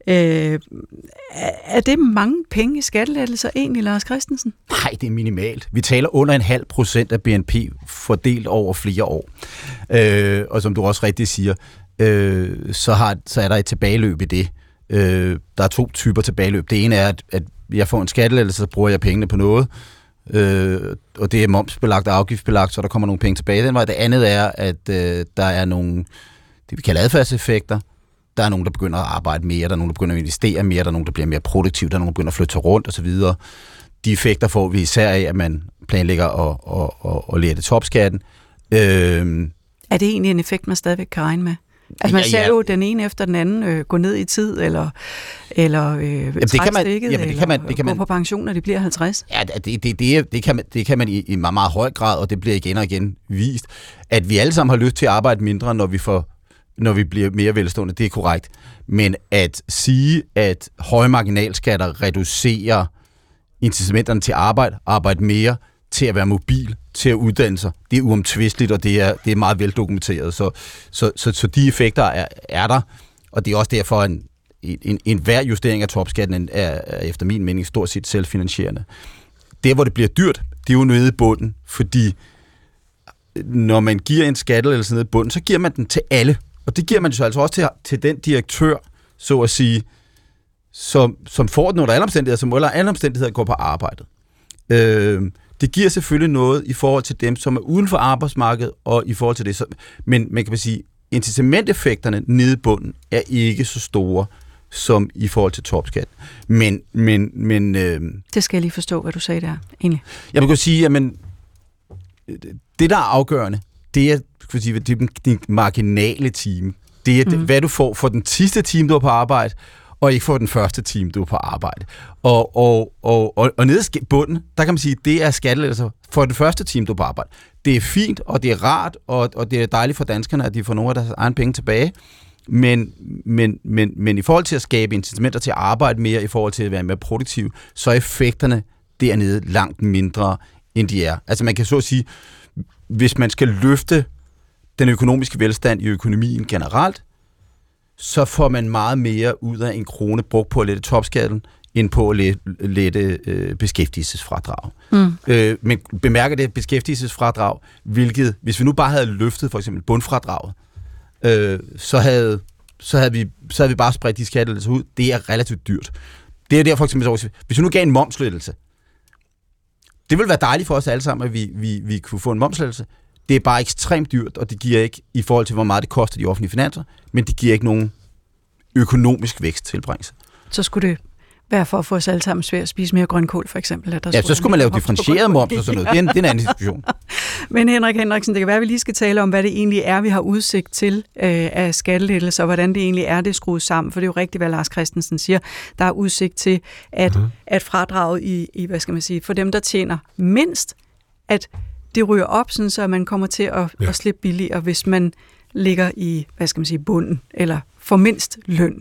Er det mange penge i skattelettelser egentlig, Lars Christensen? Nej, det er minimalt. Vi taler under 0,5% af BNP fordelt over flere år. Og som du også rigtigt siger, så er der et tilbageløb i det. Der er 2 typer tilbageløb. Det ene er, at jeg får en skattelettelse, så bruger jeg pengene på noget. Og det er momsbelagt og afgiftsbelagt, så der kommer nogle penge tilbage den vej. Det andet er, at der er nogle, det vi kalder adfærdseffekter. Der er nogen, der begynder at arbejde mere, der er nogen, der begynder at investere mere, der er nogen, der bliver mere produktiv, der er nogen, der begynder at flytte rundt osv. De effekter får vi især af, at man planlægger at lette topskatten. Er det egentlig en effekt, man stadigvæk kan regne med? Altså man ser jo den ene efter den anden gå ned i tid, eller trække stikket, eller gå på pension, når de bliver 50? Ja, det kan man i meget, meget høj grad, og det bliver igen og igen vist, at vi alle sammen har lyst til at arbejde mindre, når vi bliver mere velstående, det er korrekt. Men at sige, at høje marginalskatter reducerer incitamenterne til at arbejde mere, til at være mobil, til at uddanne sig, det er uomtvisteligt, og det er meget veldokumenteret. Så de effekter er der, og det er også derfor, en hver justering af topskatten er efter min mening stort set selvfinansierende. Der, hvor det bliver dyrt, det er jo nede i bunden, fordi når man giver en skattelettelse nede i bunden, så giver man den til alle. Og det giver man så altså også til den direktør, så at sige, som får den under alle omstændigheder, som under alle omstændigheder går på arbejdet. Det giver selvfølgelig noget i forhold til dem, som er uden for arbejdsmarkedet, og i forhold til det, men man kan sige, incitamenteffekterne nede i bunden er ikke så store, som i forhold til topskat. Men det skal jeg lige forstå, hvad du sagde der, egentlig. Jeg vil sige, at det, der er afgørende, det er, det er den marginale time. Det er, hvad du får for den sidste time, du er på arbejde, og ikke for den første time, du er på arbejde. Og nede i bunden, der kan man sige, det er skattelettelser for den første time, du er på arbejde. Det er fint, og det er rart, og det er dejligt for danskerne, at de får nogle af deres egen penge tilbage. Men i forhold til at skabe incitamenter til at arbejde mere, i forhold til at være mere produktiv, så er effekterne dernede langt mindre, end de er. Altså man kan så sige, hvis man skal løfte den økonomiske velstand i økonomien generelt, så får man meget mere ud af en krone brugt på at lette topskatten, end på at lette beskæftigelsesfradrag. Men bemærker det beskæftigelsesfradrag, hvilket, hvis vi nu bare havde løftet for eksempel bundfradraget, så havde vi bare spredt de skattelettelser ud. Det er relativt dyrt. Det er derfor for eksempel, hvis vi nu gav en momslettelse, det ville være dejligt for os alle sammen, at vi kunne få en momslettelse. Det er bare ekstremt dyrt, og det giver ikke, i forhold til hvor meget det koster de offentlige finanser, men det giver ikke nogen økonomisk væksttilbringelse. Så skulle det være for at få os alle sammen svært at spise mere grønkål, for eksempel. Så skulle man lave differentieret moms og sådan noget. Det er en anden diskussion. Men Henrik Hendriksen, det kan være, at vi lige skal tale om, hvad det egentlig er, vi har udsigt til af skattelettelser, og hvordan det egentlig er, det er skruet sammen. For det er jo rigtigt, hvad Lars Christensen siger. Der er udsigt til, at fradraget i, hvad skal man sige, for dem, der tjener mindst, at det ryger op, sådan, så man kommer til at slippe billigere, hvis man ligger i, hvad skal man sige, bunden, eller får mindst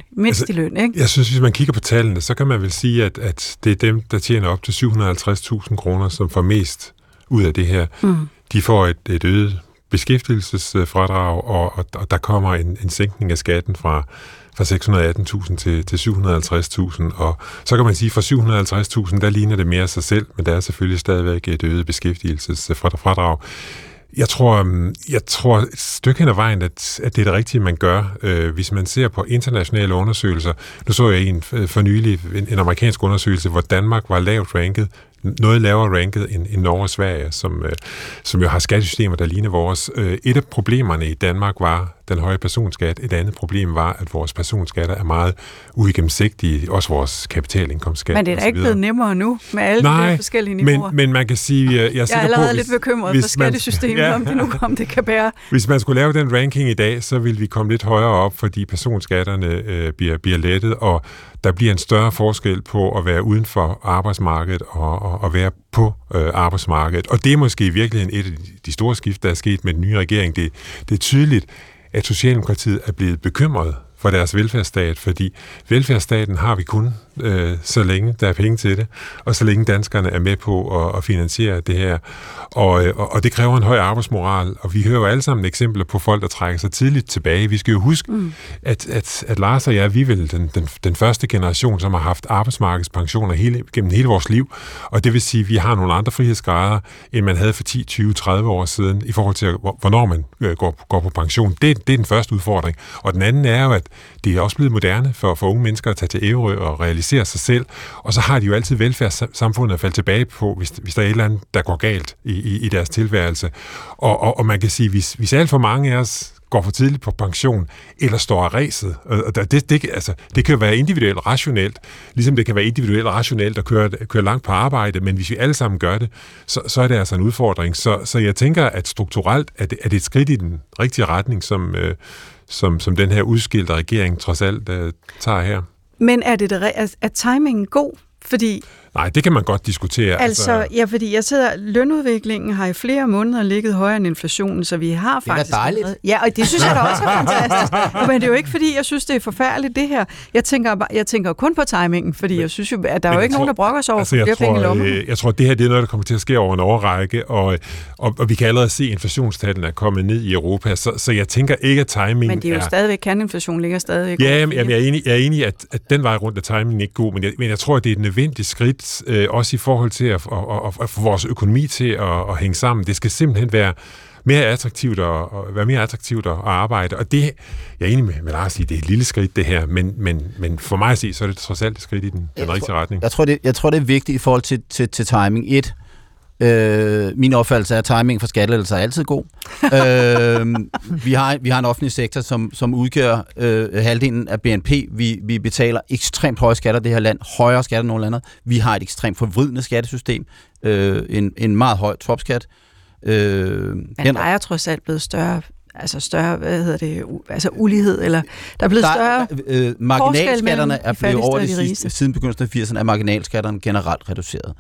i løn, ikke? Jeg synes, hvis man kigger på tallene, så kan man vel sige, at det er dem, der tjener op til 750.000 kroner, som får mest ud af det her. De får et øget beskæftigelsesfradrag, og der kommer en sænkning af skatten fra 618.000 til 750.000, og så kan man sige, at for 750.000, der ligner det mere sig selv, men der er selvfølgelig stadigvæk et øget beskæftigelsesfradrag. Jeg tror et stykke hen ad vejen, at det er det rigtige, man gør, hvis man ser på internationale undersøgelser. Nu så jeg for nylig en amerikansk undersøgelse, hvor Danmark var lavt ranket, noget lavere ranket end Norge og Sverige, som jo har skattesystemer, der ligner vores. Et af problemerne i Danmark var den høje personskat. Et andet problem var, at vores personskatter er meget uigennemsigtige, også vores kapitalindkomstskat. Men det er da ikke blevet nemmere nu, med alle de forskellige niveauer. Men man kan sige, jeg er allerede lidt bekymret for skattesystemet, om det kan bære. Hvis man skulle lave den ranking i dag, så ville vi komme lidt højere op, fordi personskatterne bliver lettet, og der bliver en større forskel på at være uden for arbejdsmarkedet og at være på arbejdsmarkedet. Og det er måske i virkeligheden et af de store skift, der er sket med den nye regering. Det er tydeligt, at Socialdemokratiet er blevet bekymret for deres velfærdsstat, fordi velfærdsstaten har vi kun, så længe der er penge til det, og så længe danskerne er med på at finansiere det her. Og det kræver en høj arbejdsmoral, og vi hører jo alle sammen eksempler på folk, der trækker sig tidligt tilbage. Vi skal jo huske, at Lars og jeg, vi er vel den første generation, som har haft arbejdsmarkedspensioner gennem hele vores liv, og det vil sige, at vi har nogle andre frihedsgrader, end man havde for 10, 20, 30 år siden, i forhold til, hvornår man går på pension. Det er den første udfordring. Og den anden er jo, at det er også blevet moderne for unge mennesker at tage til Ærø og realisere sig selv, og så har de jo altid velfærdssamfundet at falde tilbage på, hvis der er et eller andet, der går galt i deres tilværelse. Og man kan sige, hvis alt for mange af os går for tidligt på pension, eller står af ræset, og det kan jo være individuelt rationelt, ligesom det kan være individuelt rationelt at køre langt på arbejde, men hvis vi alle sammen gør det, så er det altså en udfordring. Så jeg tænker, at strukturelt er det et skridt i den rigtige retning, som den her udskilte regering trods alt tager her. Men er timingen god? Fordi nej, det kan man godt diskutere. Fordi lønudviklingen har i flere måneder ligget højere end inflationen, så vi har faktisk... Det er dejligt. Ja, og det synes jeg da også er fantastisk. Men det er jo ikke, fordi jeg synes, det er forfærdeligt, det her. Jeg tænker kun på timingen, fordi jeg synes jo, at der er jo ikke nogen, der brokker sig over for flere penge i lommen. Jeg tror, det her det er noget, der kommer til at ske over en årrække, og vi kan allerede se, at inflationstallene er kommet ned i Europa, så jeg tænker ikke, at timingen men det er jo stadigvæk, kerninflation ligger stadigvæk. Ja, jeg er enig, at den vej rundt er timingen ikke god, men jeg tror, at det er et nødvendigt skridt, også i forhold til at få vores økonomi til at hænge sammen. Det skal simpelthen være mere attraktivt at arbejde, og det, jeg er enig med Lars i, det er et lille skridt det her, men for mig at se, så er det trods alt et skridt i den rigtige retning. Jeg tror, det er vigtigt i forhold til timing. Min opfattelse er, at timing for skattelettelser er altid god. Vi har en offentlig sektor, som udgør halvdelen af BNP. Vi betaler ekstremt høje skatter i det her land, højere skatter end nogle andre. Vi har et ekstremt forvridende skattesystem, en meget høj topskat. Men der er trods alt blevet større, ulighed, eller der er blevet større marginalskatterne er blevet over de sidste, siden begyndelsen af 80'erne, er marginalskatterne generelt reduceret.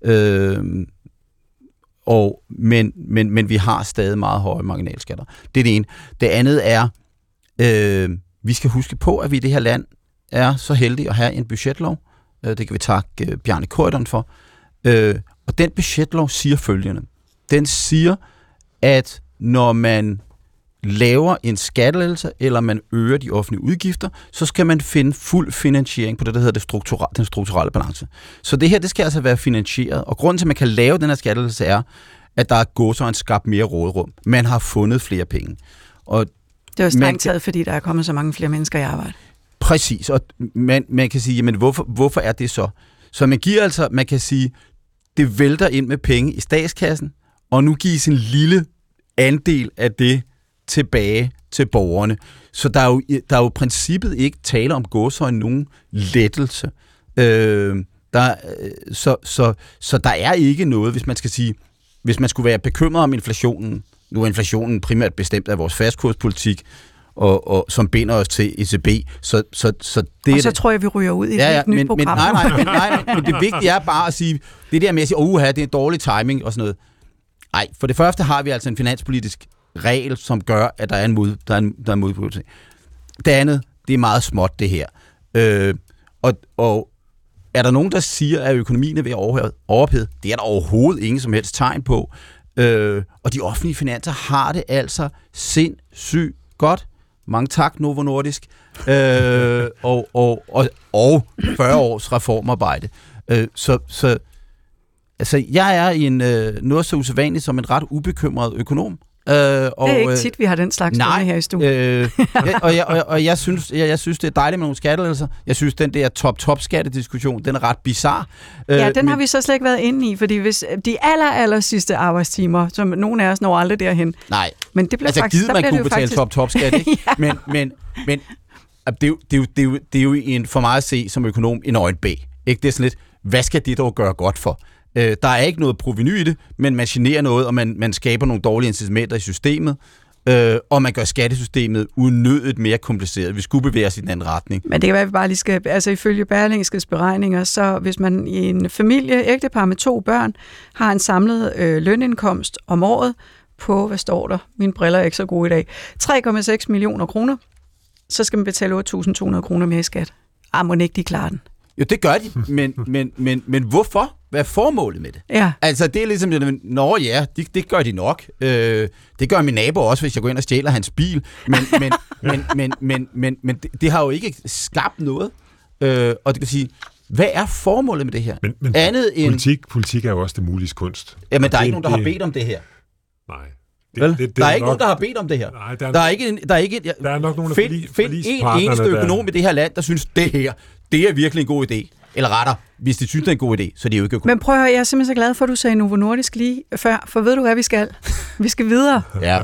Men vi har stadig meget høje marginalskatter. Det er det ene. Det andet er, vi skal huske på, at vi i det her land er så heldige at have en budgetlov. Det kan vi takke Bjarne Corydon for. Og den budgetlov siger følgende. Den siger, at når man laver en skattelettelse, eller man øger de offentlige udgifter, så skal man finde fuld finansiering på det, der hedder den strukturelle balance. Så det her, det skal altså være finansieret. Og grunden til, at man kan lave den her skattelettelse, er, at der er gået så en skabt mere råderum. Man har fundet flere penge. Og det er strengt taget, fordi der er kommet så mange flere mennesker i arbejde. Præcis. Og man kan sige, jamen hvorfor er det så? Så man giver altså, man kan sige, det vælter ind med penge i statskassen, og nu gives en lille andel af det tilbage til borgerne. Så der er jo princippet ikke tale om gåsøjne nogen lettelse. Så der er ikke noget, hvis man skal sige, hvis man skulle være bekymret om inflationen. Nu er inflationen primært bestemt af vores fastkurspolitik, og som binder os til ECB. Så det og så tror jeg, vi ryger ud i et nyt program. Men det vigtige er bare at sige, det der med at sige, det er en dårlig timing og sådan noget. Nej, for det første har vi altså en finanspolitisk regel, som gør, at der er en modpolitik. Det andet, det er meget småt, det her. Og er der nogen, der siger, at økonomien er ved at overophede? Det er der overhovedet ingen som helst tegn på. Og de offentlige finanser har det altså sindssygt godt. Mange tak, Novo Nordisk. Og 40 års reformarbejde. Så jeg er i noget så usædvanligt som en ret ubekymret økonom. Det er ikke tit, vi har den slags stående her i studiet. Jeg synes, det er dejligt med nogle skattelettelser. Jeg synes, den der top-skattediskussion, den er ret bizarre. Den har vi så slet ikke været inde i, fordi hvis de aller sidste arbejdstimer, som nogen af os når aldrig derhen. Nej, men det bliver altså faktisk, givet man kunne betale top-skat, ikke? Ja. Men det er jo for mig at se som økonom en øjenbæ. Ikke? Det er sådan lidt, hvad skal det dog gøre godt for? Der er ikke noget provenu i det, men man generer noget, og man skaber nogle dårlige incitamenter i systemet, og man gør skattesystemet unødigt mere kompliceret. Vi skulle bevæge os i den anden retning. Men det kan være, at vi bare lige skal, altså ifølge Berlingskes beregninger, så hvis man i en familie, ægtepar med 2 børn, har en samlet lønindkomst om året på, hvad står der? Mine briller er ikke så gode i dag. 3,6 millioner kroner, så skal man betale 8.200 kroner mere i skat. Må ikke de klare den? Jo, det gør de, men hvorfor? Hvad er formålet med det? Ja. Altså, det er ligesom, det gør de nok. Det gør min nabo også, hvis jeg går ind og stjæler hans bil. Men det har jo ikke skabt noget. Og det kan sige, hvad er formålet med det her? Men andet politik er jo også det mulige kunst. Jamen, der er ikke nogen, der har bedt om det her. Nej. Der er ikke nogen, der har bedt om det her. Nej, der er nok nogle find en eneste økonom i det her land, der synes, det her, det er virkelig en god idé. Eller retter, hvis de synes, det er en god idé, så er det jo ikke økonom. Men prøv at høre, jeg er simpelthen så glad for, at du sagde Novo Nordisk lige før, for ved du, hvad vi skal? Vi skal videre. Ja.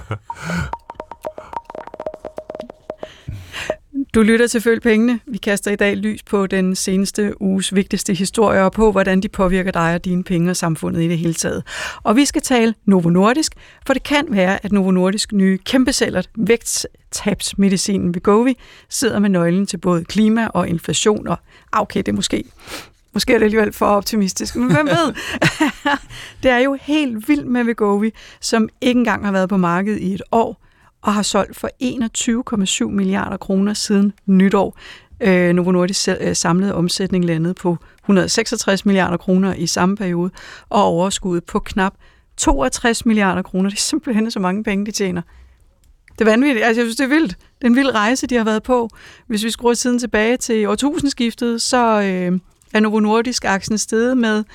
Du lytter til Følg Pengene. Vi kaster i dag lys på den seneste uges vigtigste historier og på, hvordan de påvirker dig og dine penge og samfundet i det hele taget. Og vi skal tale Novo Nordisk, for det kan være, at Novo Nordisk nye kæmpesælger vægttabsmedicinen Wegovy sidder med nøglen til både klima og inflation. Og okay, det er måske er det alligevel for optimistisk, men hvem ved? Det er jo helt vildt med Wegovy, som ikke engang har været på markedet i et år, og har solgt for 21,7 milliarder kroner siden nytår. Novo Nordisk samlede omsætning landede på 166 milliarder kroner i samme periode, og overskuddet på knap 62 milliarder kroner. Det er simpelthen så mange penge, de tjener. Det er vanvittigt. Altså, jeg synes, det er vildt. Det er en vild rejse, de har været på. Hvis vi skruer tiden tilbage til årtusindskiftet, så er Novo Nordisk-aktien steget med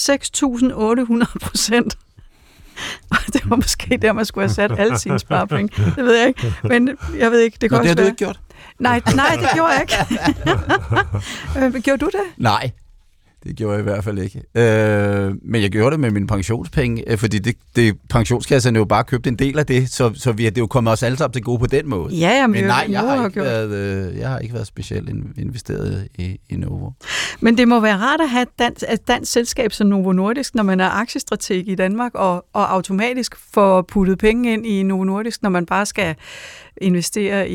6.800%. Det var måske der, man skulle have sat alle sine sparepenge. Det ved jeg ikke. Men jeg ved ikke, det kan også være. Det har du ikke gjort? Nej, det gjorde jeg ikke. Gjorde du det? Nej. Det gjorde jeg i hvert fald ikke. Men jeg gjorde det med mine pensionspenge, fordi pensionskasserne jo bare købte en del af det, så det er jo kommet os alle sammen til gode på den måde. Ja, men nej, jeg har ikke været specielt investeret i Novo. Men det må være rart at have et dansk selskab som Novo Nordisk, når man er aktiestrateg i Danmark, og automatisk får puttet penge ind i Novo Nordisk, når man bare skal investere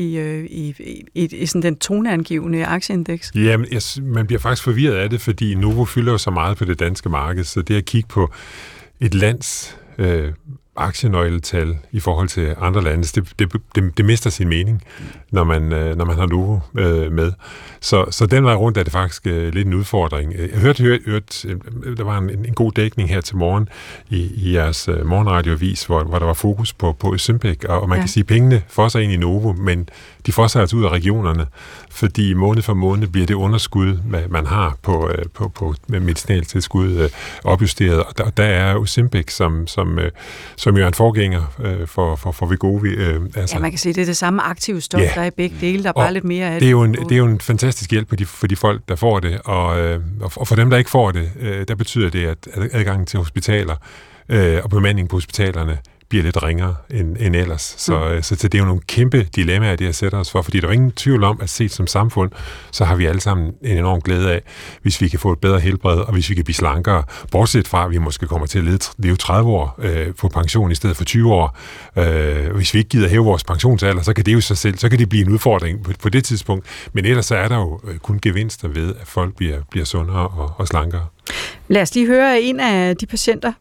i sådan den toneangivende aktieindeks. Ja, man bliver faktisk forvirret af det, fordi Novo fylder jo så meget på det danske marked, så det at kigge på et lands aktienøgletal i forhold til andre lande, det mister sin mening, når man har Novo med. Så den vej rundt er det faktisk lidt en udfordring. Jeg hørte der var en god dækning her til morgen i jeres morgenradioavis, hvor der var fokus på Ozempic, og man kan sige, at pengene får sig ind i Novo, men de får sig altså ud af regionerne, fordi måned for måned bliver det underskud, man har på medicinaltilskud opjusteret, og der er Ozempic, som jo er en forgænger for Wegovy. Ja, man kan sige, det er det samme aktive stof, der er i begge dele, der er bare lidt mere af det. Det er jo en fantastisk hjælp for de folk, der får det, og for dem, der ikke får det, der betyder det, at adgangen til hospitaler og bemandingen på hospitalerne bliver lidt ringere end ellers. Så det er jo nogle kæmpe dilemmaer, det at sætte os for, fordi der er ingen tvivl om, at set som samfund, så har vi alle sammen en enorm glæde af, hvis vi kan få et bedre helbred, og hvis vi kan blive slankere, bortset fra, at vi måske kommer til at leve 30 år på pension i stedet for 20 år. Hvis vi ikke gider hæve vores pensionsalder, så kan det jo så kan det blive en udfordring på det tidspunkt, men ellers så er der jo kun gevinster ved, at folk bliver sundere og slankere. Lad os lige høre en af de patienter,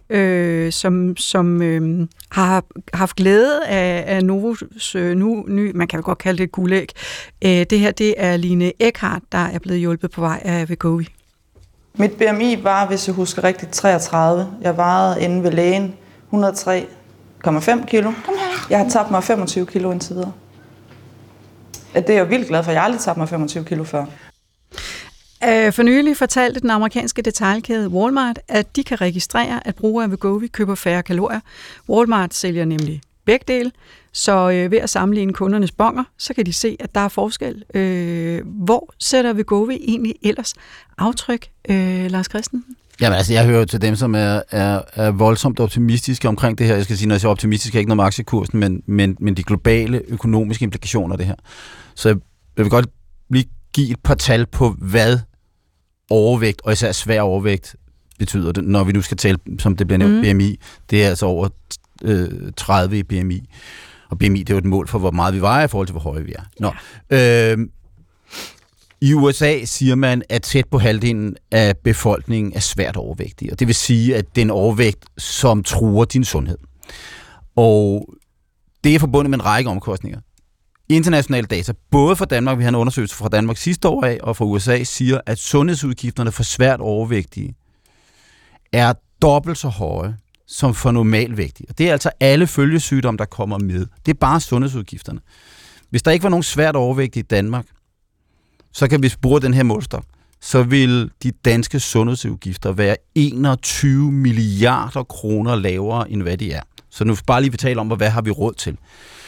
som har haft glæde af Novos ny, man kan jo godt kalde det et guldæg. Det her, det er Line Eckhardt, der er blevet hjulpet på vej af Wegovy. Mit BMI var, hvis jeg husker rigtigt, 33. Jeg vejede inde ved lægen 103,5 kilo. Jeg har tabt mig 25 kilo indtil videre. Det er jeg jo vildt glad for. Jeg har aldrig tabt mig 25 kilo før. For nylig fortalte den amerikanske detailkæde Walmart, at de kan registrere, at brugere af Wegovy køber færre kalorier. Walmart sælger nemlig begge dele, så ved at sammenligne kundernes bonger, så kan de se, at der er forskel. Hvor sætter Wegovy egentlig ellers aftryk, Lars Christensen? Jamen altså, jeg hører til dem, som er voldsomt optimistiske omkring det her. Jeg skal sige, når jeg siger optimistisk, er ikke noget med aktiekursen, men de globale økonomiske implikationer af det her. Så jeg vil godt lige give et par tal på, hvad overvægt, og især svær overvægt, betyder det, når vi nu skal tale, som det bliver nævnt, BMI. Det er altså over 30 i BMI. Og BMI, det er jo et mål for, hvor meget vi vejer i forhold til, hvor høje vi er. Nå. I USA siger man, at tæt på halvdelen af befolkningen er svært overvægtige. Og det vil sige, at det er en overvægt, som truer din sundhed. Og det er forbundet med en række omkostninger. Internationale data, både fra Danmark, vi har en undersøgelse fra Danmark sidste år af, og fra USA, siger, at sundhedsudgifterne for svært overvægtige er dobbelt så høje som for normalvægtige. Og det er altså alle følgesygdomme, der kommer med. Det er bare sundhedsudgifterne. Hvis der ikke var nogen svært overvægtige i Danmark, så kan vi bruge den her målstok, så vil de danske sundhedsudgifter være 21 milliarder kroner lavere, end hvad de er. Så nu bare lige tale om, hvad har vi råd til.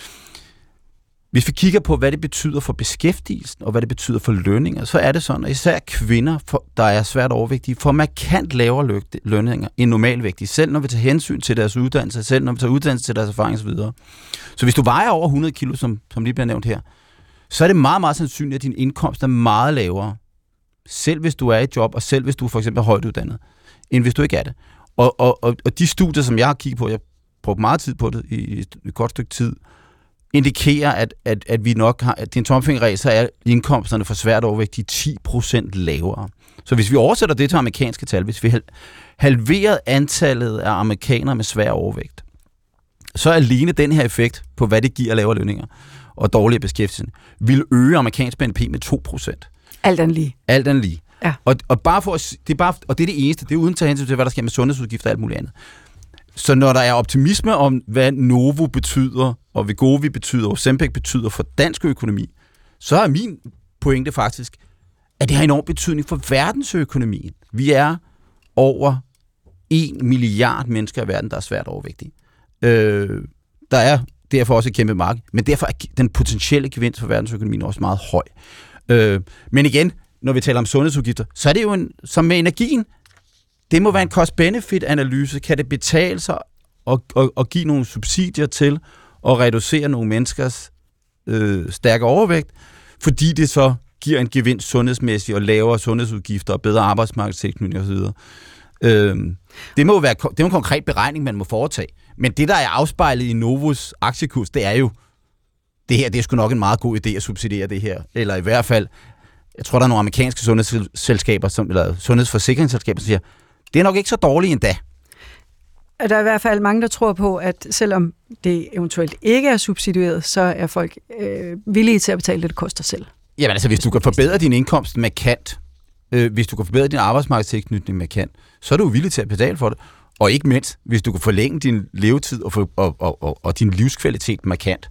Hvis vi kigger på, hvad det betyder for beskæftigelsen, og hvad det betyder for lønninger, så er det sådan, at især kvinder, der er svært overvægtige, får markant lavere lønninger end normalvægtige, selv når vi tager hensyn til deres uddannelse, selv når vi tager uddannelse til deres erfaring osv. Så hvis du vejer over 100 kilo, som lige bliver nævnt her, så er det meget, meget sandsynligt, at din indkomst er meget lavere, selv hvis du er i job, og selv hvis du for eksempel er højt uddannet, end hvis du ikke er det. Og de studier, som jeg har kigget på, jeg brugt meget tid på det i et godt stykke tid, indikerer, at vi nok har, at det er en tommelfingerregel, så er indkomsterne for svært overvægtige 10% lavere. Så hvis vi oversætter det til amerikanske tal, hvis vi halverer antallet af amerikanere med svær overvægt, så alene den her effekt på, hvad det giver lavere lønninger og dårligere beskæftigelse, vil øge amerikansk BNP med 2%. Alt andet lige. Alt andet lige. Ja. Og bare for det er bare, og det er det eneste, det er uden at tage hensyn til, hvad der sker med sundhedsudgifter og alt muligt andet. Så når der er optimisme om, hvad Novo betyder, og Wegovy betyder, og Ozempic betyder for dansk økonomi, så er min pointe faktisk, at det har enorm betydning for verdensøkonomien. Vi er over 1 milliard mennesker i verden, der er svært overvægtige. Der er derfor også et kæmpe marked, men derfor er den potentielle gevinst for verdensøkonomien også meget høj. Men igen, når vi taler om sundhedsudgifter, så er det jo som med energien. Det må være en cost-benefit-analyse. Kan det betale sig at give nogle subsidier til at reducere nogle menneskers stærke overvægt, fordi det så giver en gevinst sundhedsmæssigt og lavere sundhedsudgifter og bedre arbejdsmarkedstilknytning osv. Det må være en konkret beregning, man må foretage. Men det, der er afspejlet i Novos aktiekurs, det er jo, det her, det er sgu nok en meget god idé at subsidiere det her. Eller i hvert fald, jeg tror, der er nogle amerikanske sundhedsselskaber, eller sundhedsforsikringsselskaber, som siger, det er nok ikke så dårligt endda. Der er i hvert fald mange, der tror på, at selvom det eventuelt ikke er subsidieret, så er folk villige til at betale det koster selv. Jamen altså, hvis du kan forbedre din indkomst markant, hvis du kan forbedre din arbejdsmarkedstilknytning markant, så er du villig til at betale for det. Og ikke mindst, hvis du kan forlænge din levetid og din livskvalitet markant.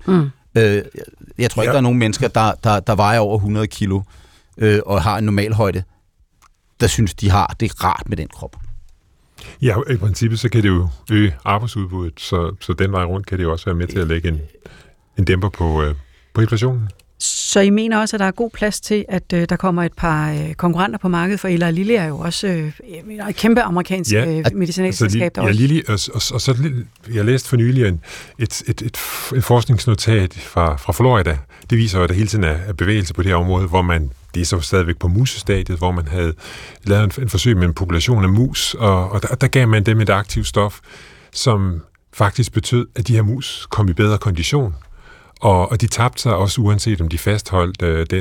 Jeg tror ikke, der er nogen mennesker, der vejer over 100 kilo og har en normal højde, der synes, de har det rart med den krop. Ja, i princippet så kan det jo øge arbejdsudbuddet, så den vej rundt kan det jo også være med til at lægge en dæmper på inflationen. Så I mener også, at der er god plads til, at der kommer et par konkurrenter på markedet, for Eli Lilly er jo også et kæmpe amerikansk medicinalselskab. Ja, Lilly, og så jeg læste for nylig et forskningsnotat fra Florida. Det viser jo, at der hele tiden er bevægelse på det her område, hvor det er så stadigvæk på musestadiet, hvor man havde lavet en forsøg med en population af mus, og der gav man dem et aktivt stof, som faktisk betød, at de her mus kom i bedre kondition. Og de tabte sig også, uanset om de fastholdt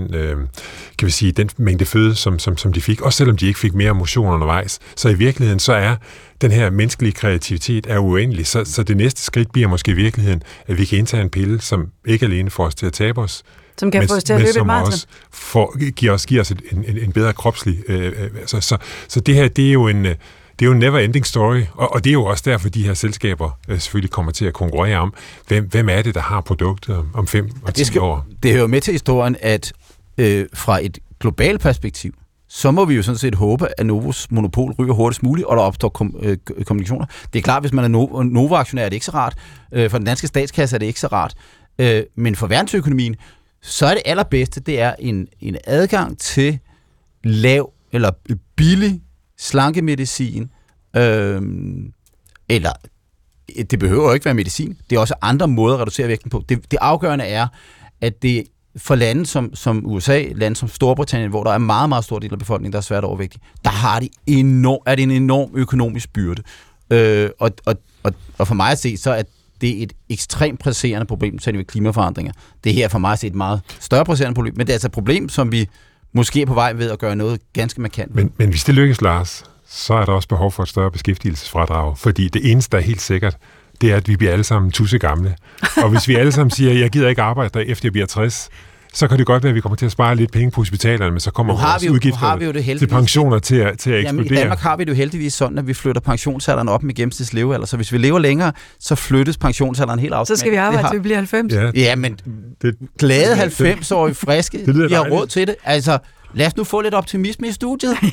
den mængde føde, som de fik, også selvom de ikke fik mere motion undervejs. Så i virkeligheden, så er den her menneskelige kreativitet er uendelig. Så det næste skridt bliver måske i virkeligheden, at vi kan indtage en pille, som ikke alene får os til at tabe os, som kan få os til at løbe et maraton. Også giver os en bedre kropslig... Så det her, det er jo en never-ending story, og det er jo også derfor, de her selskaber selvfølgelig kommer til at konkurrere om, hvem er det, der har produktet om 5 og 10 år. Det hører med til historien, at fra et globalt perspektiv, så må vi jo sådan set håbe, at Novos monopol ryger hurtigst muligt, og der opstår kommunikationer. Det er klart, hvis man er Novo-aktionær, er det ikke så rart. For den danske statskasse er det ikke så rart. Men for verdensøkonomien, så er det allerbedste, det er en adgang til lav eller billig slankemedicin, eller det behøver jo ikke være medicin, det er også andre måder at reducere vægten på. Det afgørende er, at det for lande som USA, lande som Storbritannien, hvor der er en meget, meget stor del af befolkningen, der er svært overvægtige, der er det en enorm økonomisk byrde. Og for mig at se, så er det et ekstremt presserende problem, så er det ved klimaforandringer. Det her for mig at se et meget større presserende problem, men det er altså et problem, som vi måske er på vej ved at gøre noget ganske markant. Men hvis det lykkes, Lars, så er der også behov for et større beskæftigelsesfradrag, fordi det eneste, der er helt sikkert, det er, at vi bliver alle sammen tusse gamle. Og hvis vi alle sammen siger, at jeg gider ikke arbejde der, efter jeg bliver 60, så kan det godt være, at vi kommer til at spare lidt penge på hospitalerne, men så kommer vores udgifter til pensioner til at eksplodere. Jamen, i Danmark har vi det jo heldigvis sådan, at vi flytter pensionsalderen op med gennemsnits levealder. Så hvis vi lever længere, så flyttes pensionsalderen helt automatisk. Så skal vi arbejde til vi bliver 90. Ja, men glade 90-årige friske, vi har råd til det. Altså, lad os nu få lidt optimisme i studiet. Men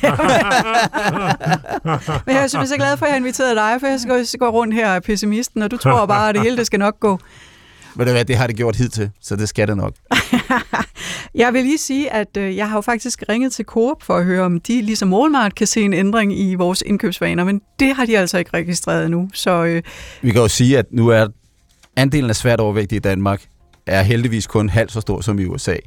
jeg er simpelthen så glad for, at jeg har inviteret dig, for jeg skal gå rundt her og pessimisten, og du tror bare, at det hele det skal nok gå. Det har det gjort hidtil, så det skal det nok. Jeg vil lige sige, at jeg har jo faktisk ringet til Coop for at høre, om de ligesom Walmart kan se en ændring i vores indkøbsvaner, men det har de altså ikke registreret nu. Så, vi kan jo sige, at nu er andelen af svært overvægtige i Danmark er heldigvis kun halvt så stor som i USA.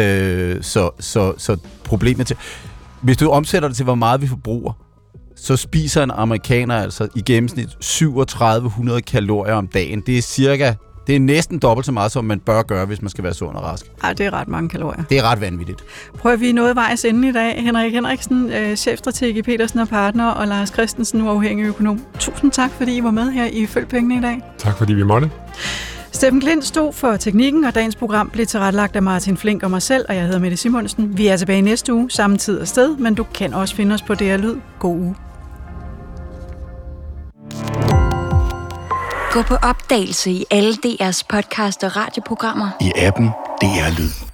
Så problemet til... Hvis du omsætter det til, hvor meget vi forbruger, så spiser en amerikaner altså i gennemsnit 3700 kalorier om dagen. Det er næsten dobbelt så meget, som man bør gøre, hvis man skal være sund og rask. Ej, det er ret mange kalorier. Det er ret vanvittigt. Prøv at vi nåede vejs ende i dag. Henrik Henriksen, chefstrateg i Petersen og Partner, og Lars Christensen, uafhængig økonom. Tusind tak, fordi I var med her i Følg Pengene i dag. Tak, fordi vi måtte. Steffen Klint stod for teknikken, og dagens program blev tilrettelagt af Martin Flink og mig selv, og jeg hedder Mette Simonsen. Vi er tilbage næste uge, samme tid og sted, men du kan også finde os på DR Lyd. God uge. Gå på opdagelse i alle DR's podcast og radioprogrammer. I appen DR Lyd.